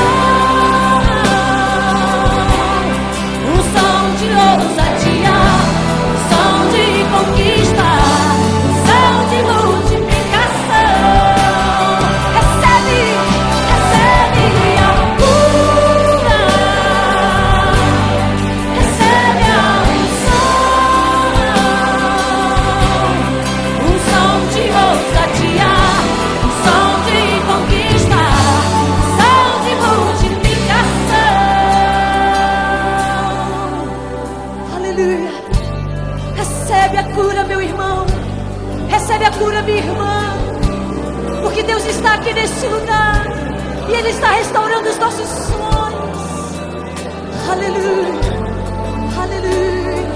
unção de ousadia, unção de conquista, unção de multiplicação. Recebe a cura, recebe a unção de ousadia, unção de conquista, unção de multiplicação. Aleluia. Recebe a cura, meu irmão. Recebe a cura, minha irmã. Porque Deus está aqui nesse lugar e Ele está restaurando os nossos sonhos. Aleluia. Aleluia.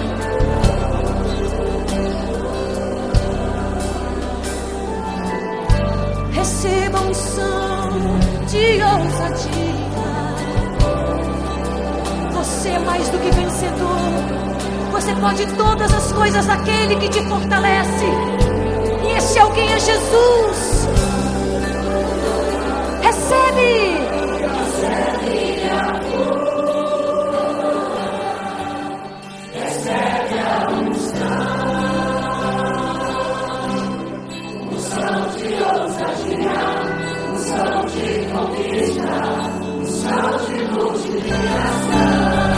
Receba a unção de ousadia. Você é mais do que vencedor. Você pode todas as coisas naquele que te fortalece. Esse alguém é Jesus. Recebe. Recebe a unção, unção de ousadia, unção de conquista, unção de multiplicação.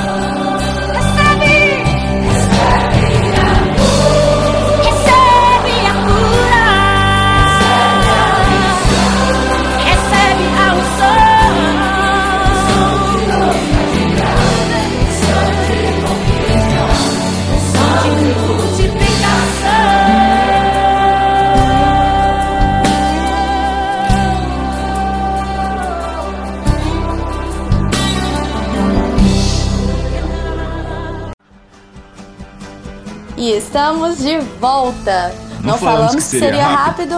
E estamos de volta. Não falamos que seria rápido.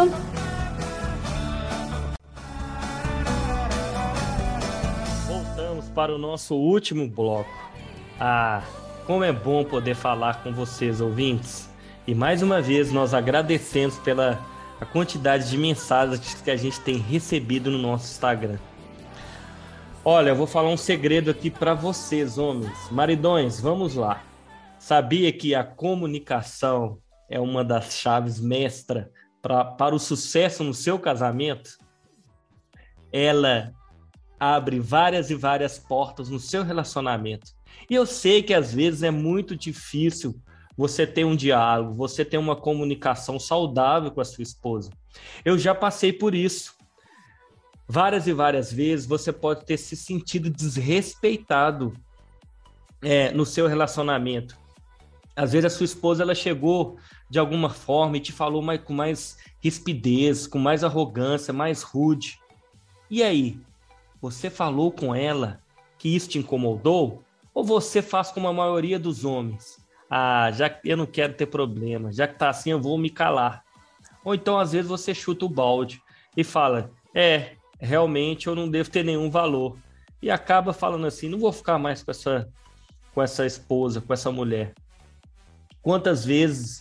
Voltamos para o nosso último bloco. Como é bom poder falar com vocês, ouvintes. E mais uma vez nós agradecemos pela a quantidade de mensagens que a gente tem recebido no nosso Instagram. Olha, eu vou falar um segredo aqui para vocês, homens. Maridões, vamos lá. Sabia que a comunicação é uma das chaves mestra para o sucesso no seu casamento? Ela abre várias e várias portas no seu relacionamento. E eu sei que às vezes é muito difícil você ter um diálogo, você ter uma comunicação saudável com a sua esposa. Eu já passei por isso. Várias e várias vezes você pode ter se sentido desrespeitado no seu relacionamento. Às vezes a sua esposa ela chegou de alguma forma e te falou com mais rispidez, com mais arrogância, mais rude. E aí? Você falou com ela que isso te incomodou? Ou você faz como a maioria dos homens? Já que eu não quero ter problema, já que tá assim eu vou me calar. Ou então às vezes você chuta o balde e fala, realmente eu não devo ter nenhum valor. E acaba falando assim, não vou ficar mais com essa esposa, com essa mulher. Quantas vezes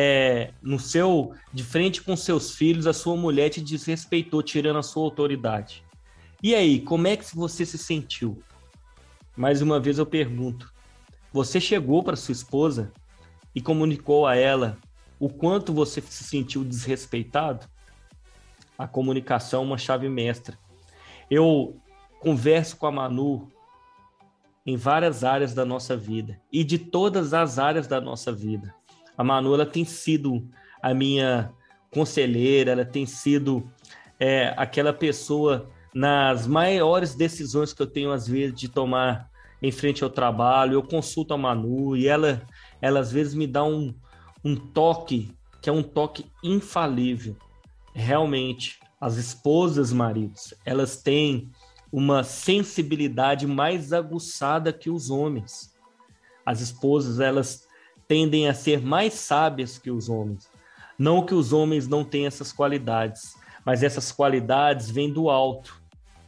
de frente com seus filhos, a sua mulher te desrespeitou, tirando a sua autoridade? E aí, como é que você se sentiu? Mais uma vez eu pergunto, você chegou para sua esposa e comunicou a ela o quanto você se sentiu desrespeitado? A comunicação é uma chave mestra. Eu converso com a Manu em várias áreas da nossa vida e de todas as áreas da nossa vida. A Manu ela tem sido a minha conselheira, ela tem sido aquela pessoa nas maiores decisões que eu tenho às vezes de tomar em frente ao trabalho. Eu consulto a Manu e ela às vezes me dá um toque que é um toque infalível. Realmente, as esposas, maridos, elas têm uma sensibilidade mais aguçada que os homens. As esposas, elas tendem a ser mais sábias que os homens. Não que os homens não tenham essas qualidades, mas essas qualidades vêm do alto.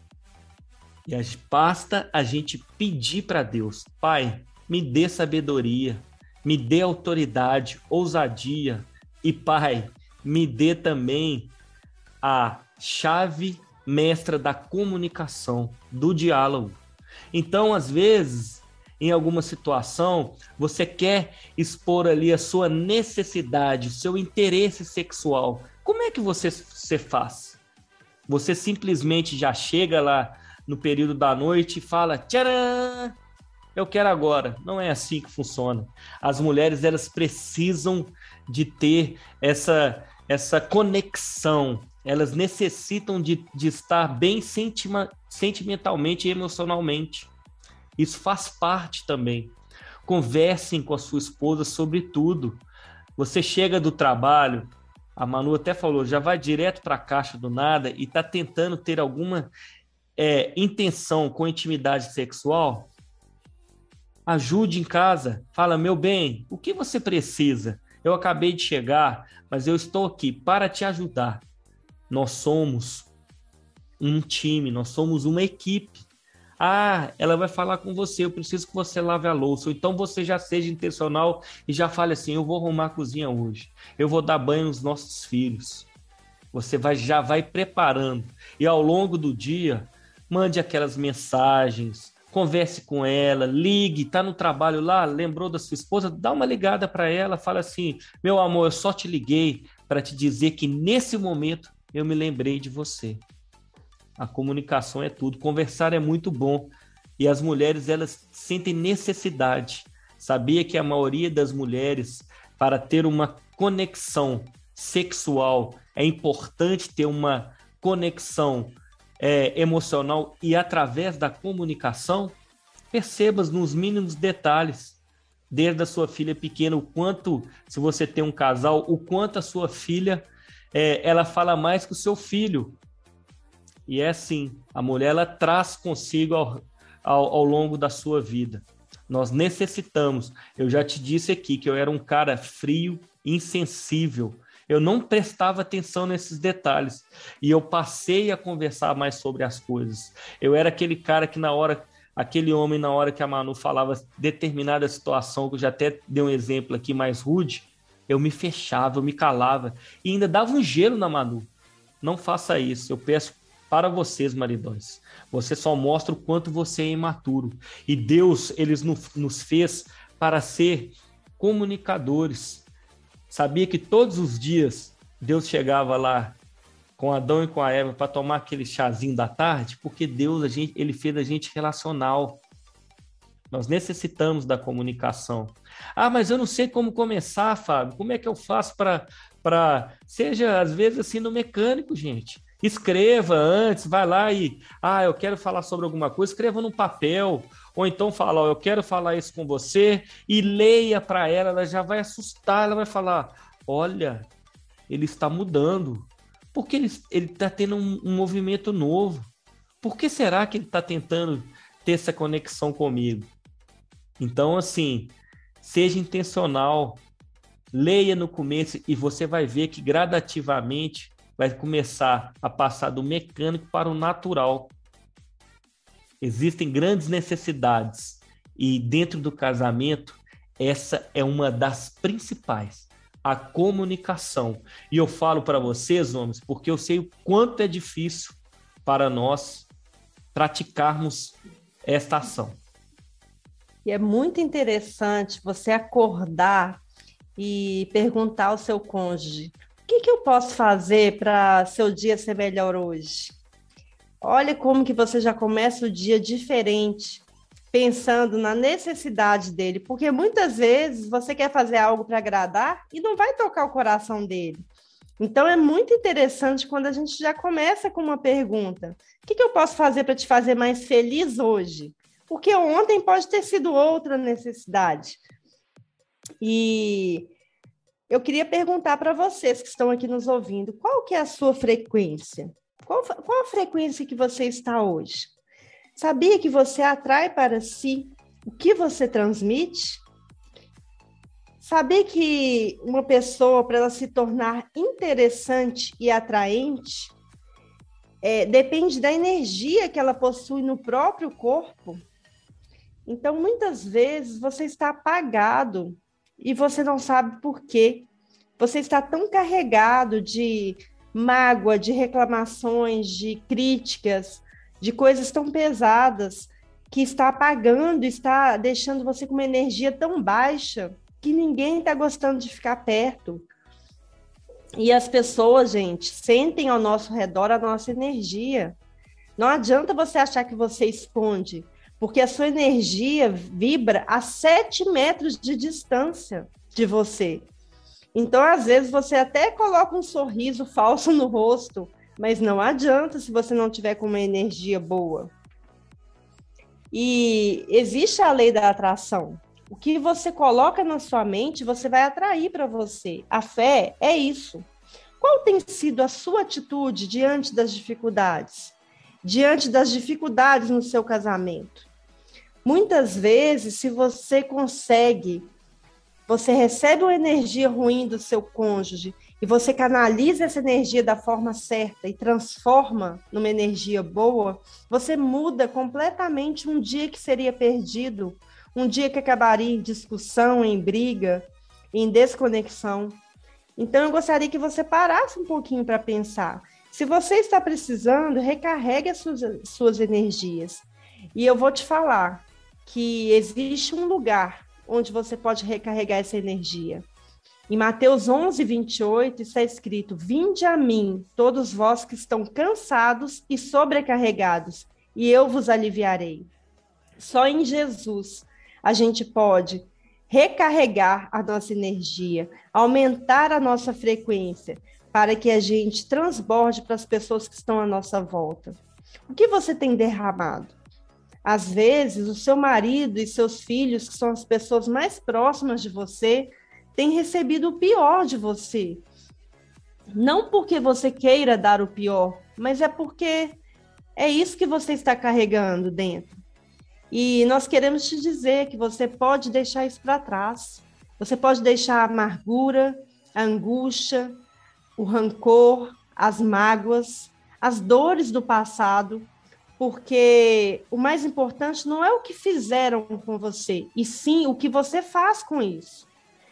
E basta a gente pedir para Deus, Pai, me dê sabedoria, me dê autoridade, ousadia, e Pai, me dê também a chave mestra da comunicação, do diálogo. Então, às vezes, em alguma situação, você quer expor ali a sua necessidade, o seu interesse sexual. Como é que você faz? Você simplesmente já chega lá no período da noite e fala, tcharam, eu quero agora. Não é assim que funciona. As mulheres, elas precisam de ter essa conexão. Elas necessitam de estar bem sentimentalmente e emocionalmente. Isso faz parte também. Conversem com a sua esposa sobre tudo. Você chega do trabalho, a Manu até falou, já vai direto para a caixa do nada e está tentando ter alguma intenção com intimidade sexual. Ajude em casa. Fala, meu bem, o que você precisa? Eu acabei de chegar, mas eu estou aqui para te ajudar. Nós somos um time, nós somos uma equipe. Ela vai falar com você, eu preciso que você lave a louça. Ou então você já seja intencional e já fale assim, eu vou arrumar a cozinha hoje, eu vou dar banho nos nossos filhos. Você já vai preparando. E ao longo do dia, mande aquelas mensagens, converse com ela, ligue, está no trabalho lá, lembrou da sua esposa, dá uma ligada para ela, fala assim, meu amor, eu só te liguei para te dizer que nesse momento eu me lembrei de você. A comunicação é tudo, conversar é muito bom. E as mulheres, elas sentem necessidade. Sabia que a maioria das mulheres, para ter uma conexão sexual, é importante ter uma conexão emocional e através da comunicação? Perceba nos mínimos detalhes, desde a sua filha pequena, o quanto, se você tem um casal, o quanto a sua filha, ela fala mais que o seu filho. E é assim, a mulher ela traz consigo ao longo da sua vida. Nós necessitamos, eu já te disse aqui que eu era um cara frio, insensível, eu não prestava atenção nesses detalhes, e eu passei a conversar mais sobre as coisas. Eu era aquele cara que aquele homem na hora que a Manu falava determinada situação, que eu já até dei um exemplo aqui mais rude, eu me fechava, eu me calava, e ainda dava um gelo na Manu. Não faça isso, eu peço para vocês, maridões. Você só mostra o quanto você é imaturo. E Deus, ele nos fez para ser comunicadores. Sabia que todos os dias Deus chegava lá com Adão e com a Eva para tomar aquele chazinho da tarde? Porque Deus, ele fez a gente relacional. Nós necessitamos da comunicação. Mas eu não sei como começar, Fábio. Como é que eu faço para... Seja, às vezes, assim, no mecânico, gente. Escreva antes, vai lá e... eu quero falar sobre alguma coisa, escreva no papel. Ou então fala, eu quero falar isso com você, e leia para ela já vai assustar, ela vai falar, olha, ele está mudando. Porque ele está tendo um movimento novo. Por que será que ele está tentando ter essa conexão comigo? Então, assim, seja intencional, leia no começo e você vai ver que gradativamente vai começar a passar do mecânico para o natural. Existem grandes necessidades e dentro do casamento, essa é uma das principais, a comunicação. E eu falo para vocês, homens, porque eu sei o quanto é difícil para nós praticarmos esta ação. E é muito interessante você acordar e perguntar ao seu cônjuge, o que eu posso fazer para seu dia ser melhor hoje? Olha como que você já começa o dia diferente, pensando na necessidade dele, porque muitas vezes você quer fazer algo para agradar e não vai tocar o coração dele. Então é muito interessante quando a gente já começa com uma pergunta, o que eu posso fazer para te fazer mais feliz hoje? Porque ontem pode ter sido outra necessidade. E eu queria perguntar para vocês que estão aqui nos ouvindo, qual que é a sua frequência? Qual a frequência que você está hoje? Sabia que você atrai para si o que você transmite? Sabia que uma pessoa, para ela se tornar interessante e atraente, depende da energia que ela possui no próprio corpo? Então, muitas vezes, você está apagado e você não sabe por quê. Você está tão carregado de mágoa, de reclamações, de críticas, de coisas tão pesadas, que está apagando, está deixando você com uma energia tão baixa que ninguém está gostando de ficar perto. E as pessoas, gente, sentem ao nosso redor a nossa energia. Não adianta você achar que você esconde, porque a sua energia vibra a 7 metros de distância de você. Então, às vezes, você até coloca um sorriso falso no rosto, mas não adianta se você não tiver com uma energia boa. E existe a lei da atração. O que você coloca na sua mente, você vai atrair para você. A fé é isso. Qual tem sido a sua atitude diante das dificuldades? Diante das dificuldades no seu casamento? Muitas vezes, se você recebe uma energia ruim do seu cônjuge e você canaliza essa energia da forma certa e transforma numa energia boa, você muda completamente um dia que seria perdido, um dia que acabaria em discussão, em briga, em desconexão. Então, eu gostaria que você parasse um pouquinho para pensar. Se você está precisando, recarregue as suas energias. E eu vou te falar que existe um lugar onde você pode recarregar essa energia. Em Mateus 11, 28, está escrito: Vinde a mim, todos vós que estão cansados e sobrecarregados, e eu vos aliviarei. Só em Jesus a gente pode recarregar a nossa energia, aumentar a nossa frequência, para que a gente transborde para as pessoas que estão à nossa volta. O que você tem derramado? Às vezes, o seu marido e seus filhos, que são as pessoas mais próximas de você, têm recebido o pior de você. Não porque você queira dar o pior, mas é porque é isso que você está carregando dentro. E nós queremos te dizer que você pode deixar isso para trás. Você pode deixar a amargura, a angústia, o rancor, as mágoas, as dores do passado, porque o mais importante não é o que fizeram com você, e sim o que você faz com isso.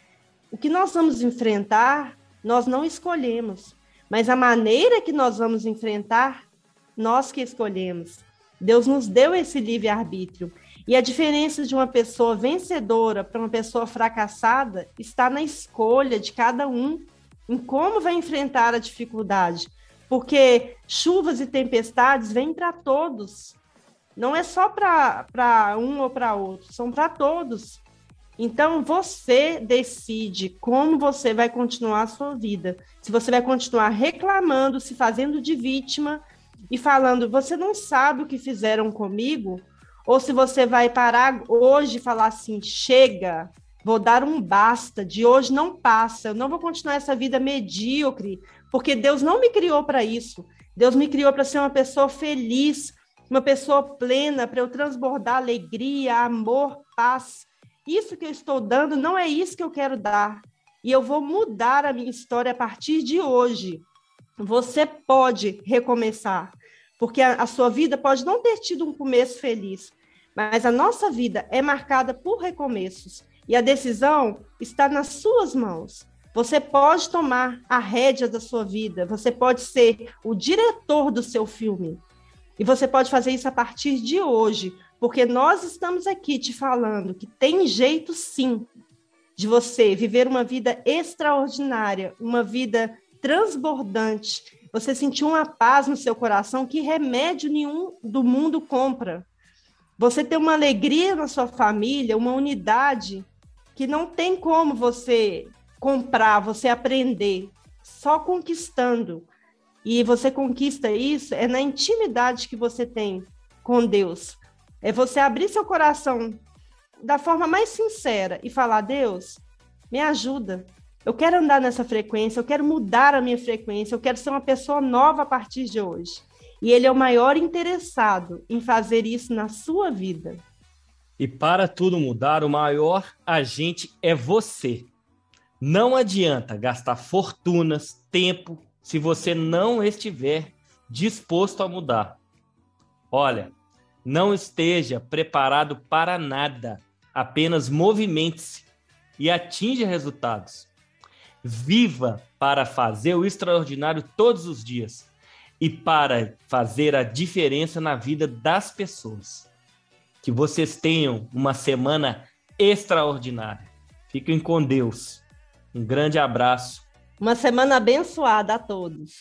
O que nós vamos enfrentar, nós não escolhemos, mas a maneira que nós vamos enfrentar, nós que escolhemos. Deus nos deu esse livre-arbítrio. E a diferença de uma pessoa vencedora para uma pessoa fracassada está na escolha de cada um, em como vai enfrentar a dificuldade. Porque chuvas e tempestades vêm para todos. Não é só para um ou para outro, são para todos. Então, você decide como você vai continuar a sua vida. Se você vai continuar reclamando, se fazendo de vítima e falando, você não sabe o que fizeram comigo, ou se você vai parar hoje e falar assim, chega, vou dar um basta, de hoje não passa, eu não vou continuar essa vida medíocre, porque Deus não me criou para isso. Deus me criou para ser uma pessoa feliz, uma pessoa plena, para eu transbordar alegria, amor, paz. Isso que eu estou dando não é isso que eu quero dar. E eu vou mudar a minha história a partir de hoje. Você pode recomeçar, porque a sua vida pode não ter tido um começo feliz, mas a nossa vida é marcada por recomeços. E a decisão está nas suas mãos. Você pode tomar a rédea da sua vida, você pode ser o diretor do seu filme. E você pode fazer isso a partir de hoje, porque nós estamos aqui te falando que tem jeito sim de você viver uma vida extraordinária, uma vida transbordante, você sentir uma paz no seu coração que remédio nenhum do mundo compra. Você ter uma alegria na sua família, uma unidade que não tem como você comprar, você aprender, só conquistando. E você conquista isso é na intimidade que você tem com Deus. É você abrir seu coração da forma mais sincera e falar, Deus, me ajuda. Eu quero andar nessa frequência, eu quero mudar a minha frequência, eu quero ser uma pessoa nova a partir de hoje. E Ele é o maior interessado em fazer isso na sua vida. E para tudo mudar, o maior agente é você. Não adianta gastar fortunas, tempo, se você não estiver disposto a mudar. Olha, não esteja preparado para nada, apenas movimente-se e atinja resultados. Viva para fazer o extraordinário todos os dias e para fazer a diferença na vida das pessoas. Que vocês tenham uma semana extraordinária. Fiquem com Deus. Um grande abraço. Uma semana abençoada a todos.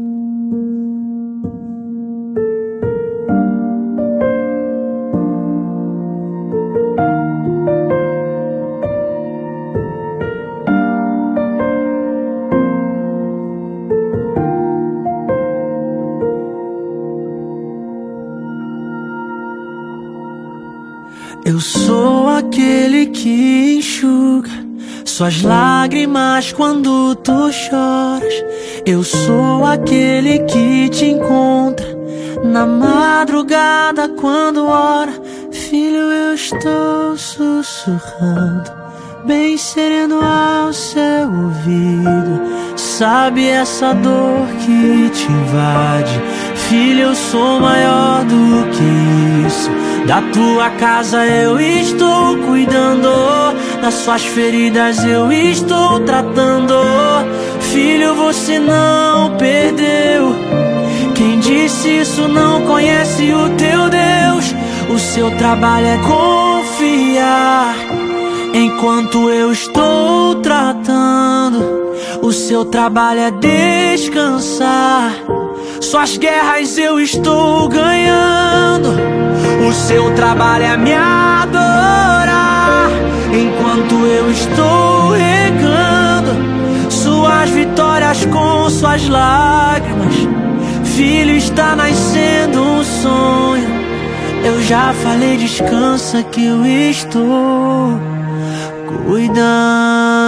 Eu sou aquele que enxuga suas lágrimas quando tu choras. Eu sou aquele que te encontra na madrugada quando ora. Filho, eu estou sussurrando bem sereno ao seu ouvido. Sabe essa dor que te invade? Filho, eu sou maior do que isso. Da tua casa eu estou cuidando, das suas feridas eu estou tratando. Filho, você não perdeu. Quem disse isso não conhece o teu Deus. O seu trabalho é confiar enquanto eu estou tratando. O seu trabalho é descansar. Suas guerras eu estou ganhando. O seu trabalho é me adorar enquanto eu estou regando suas vitórias com suas lágrimas. Filho, está nascendo um sonho. Eu já falei, descansa que eu estou cuidando.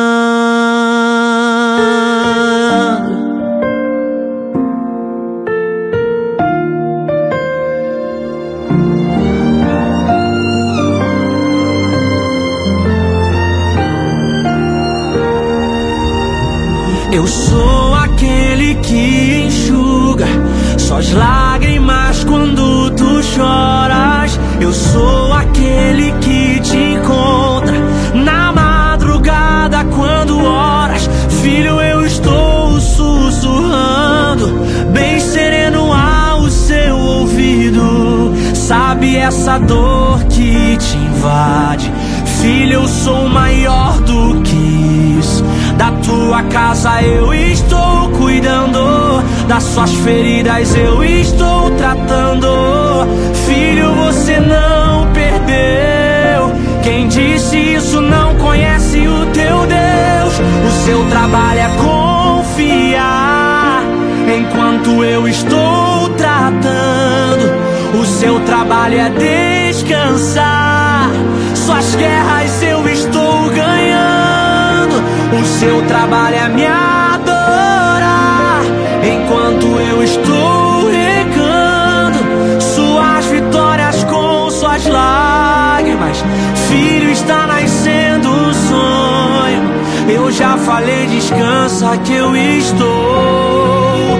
Eu sou aquele que enxuga suas lágrimas quando tu choras. Eu sou aquele que te encontra na madrugada quando oras. Filho, eu estou sussurrando bem sereno ao seu ouvido. Sabe essa dor que te invade? Filho, eu sou maior do que isso. Da tua casa eu estou cuidando, das suas feridas eu estou tratando. Filho, você não perdeu. Quem disse isso não conhece o teu Deus. O seu trabalho é confiar enquanto eu estou tratando. O seu trabalho é descansar. Suas guerras eu estou ganhando. O seu trabalho é me adorar enquanto eu estou regando suas vitórias com suas lágrimas. Filho, está nascendo um sonho. Eu já falei, descansa que eu estou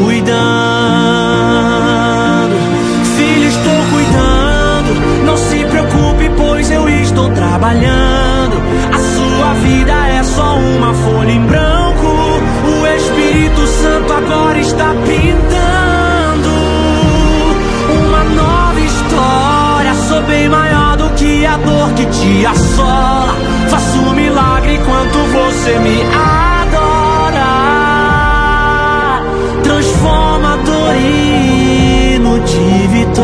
cuidando. Filho, estou cuidando. Não se preocupe, pois eu estou trabalhando. A sua vida é só uma folha em branco. O Espírito Santo agora está pintando uma nova história. Sou bem maior do que a dor que te assola. Faço um milagre enquanto você me adora. Transforma a dor em hino de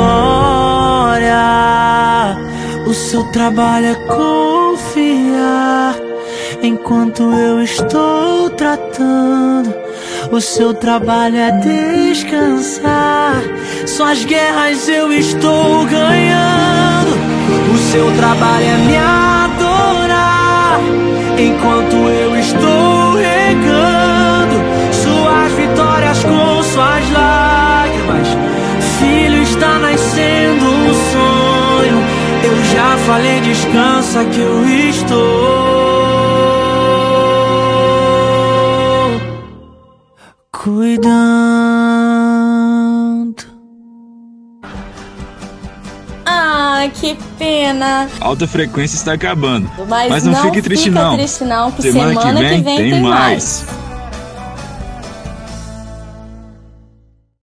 vitória. O seu trabalho é confiar enquanto eu estou tratando. O seu trabalho é descansar. Suas guerras eu estou ganhando. O seu trabalho é me adorar enquanto eu estou regando suas vitórias com suas lágrimas. Filho, está nascendo um sonho. Eu já falei, descansa que eu estou cuidando. Ah, que pena. Alta Frequência está acabando. Mas não fique triste não. Que semana que vem tem mais.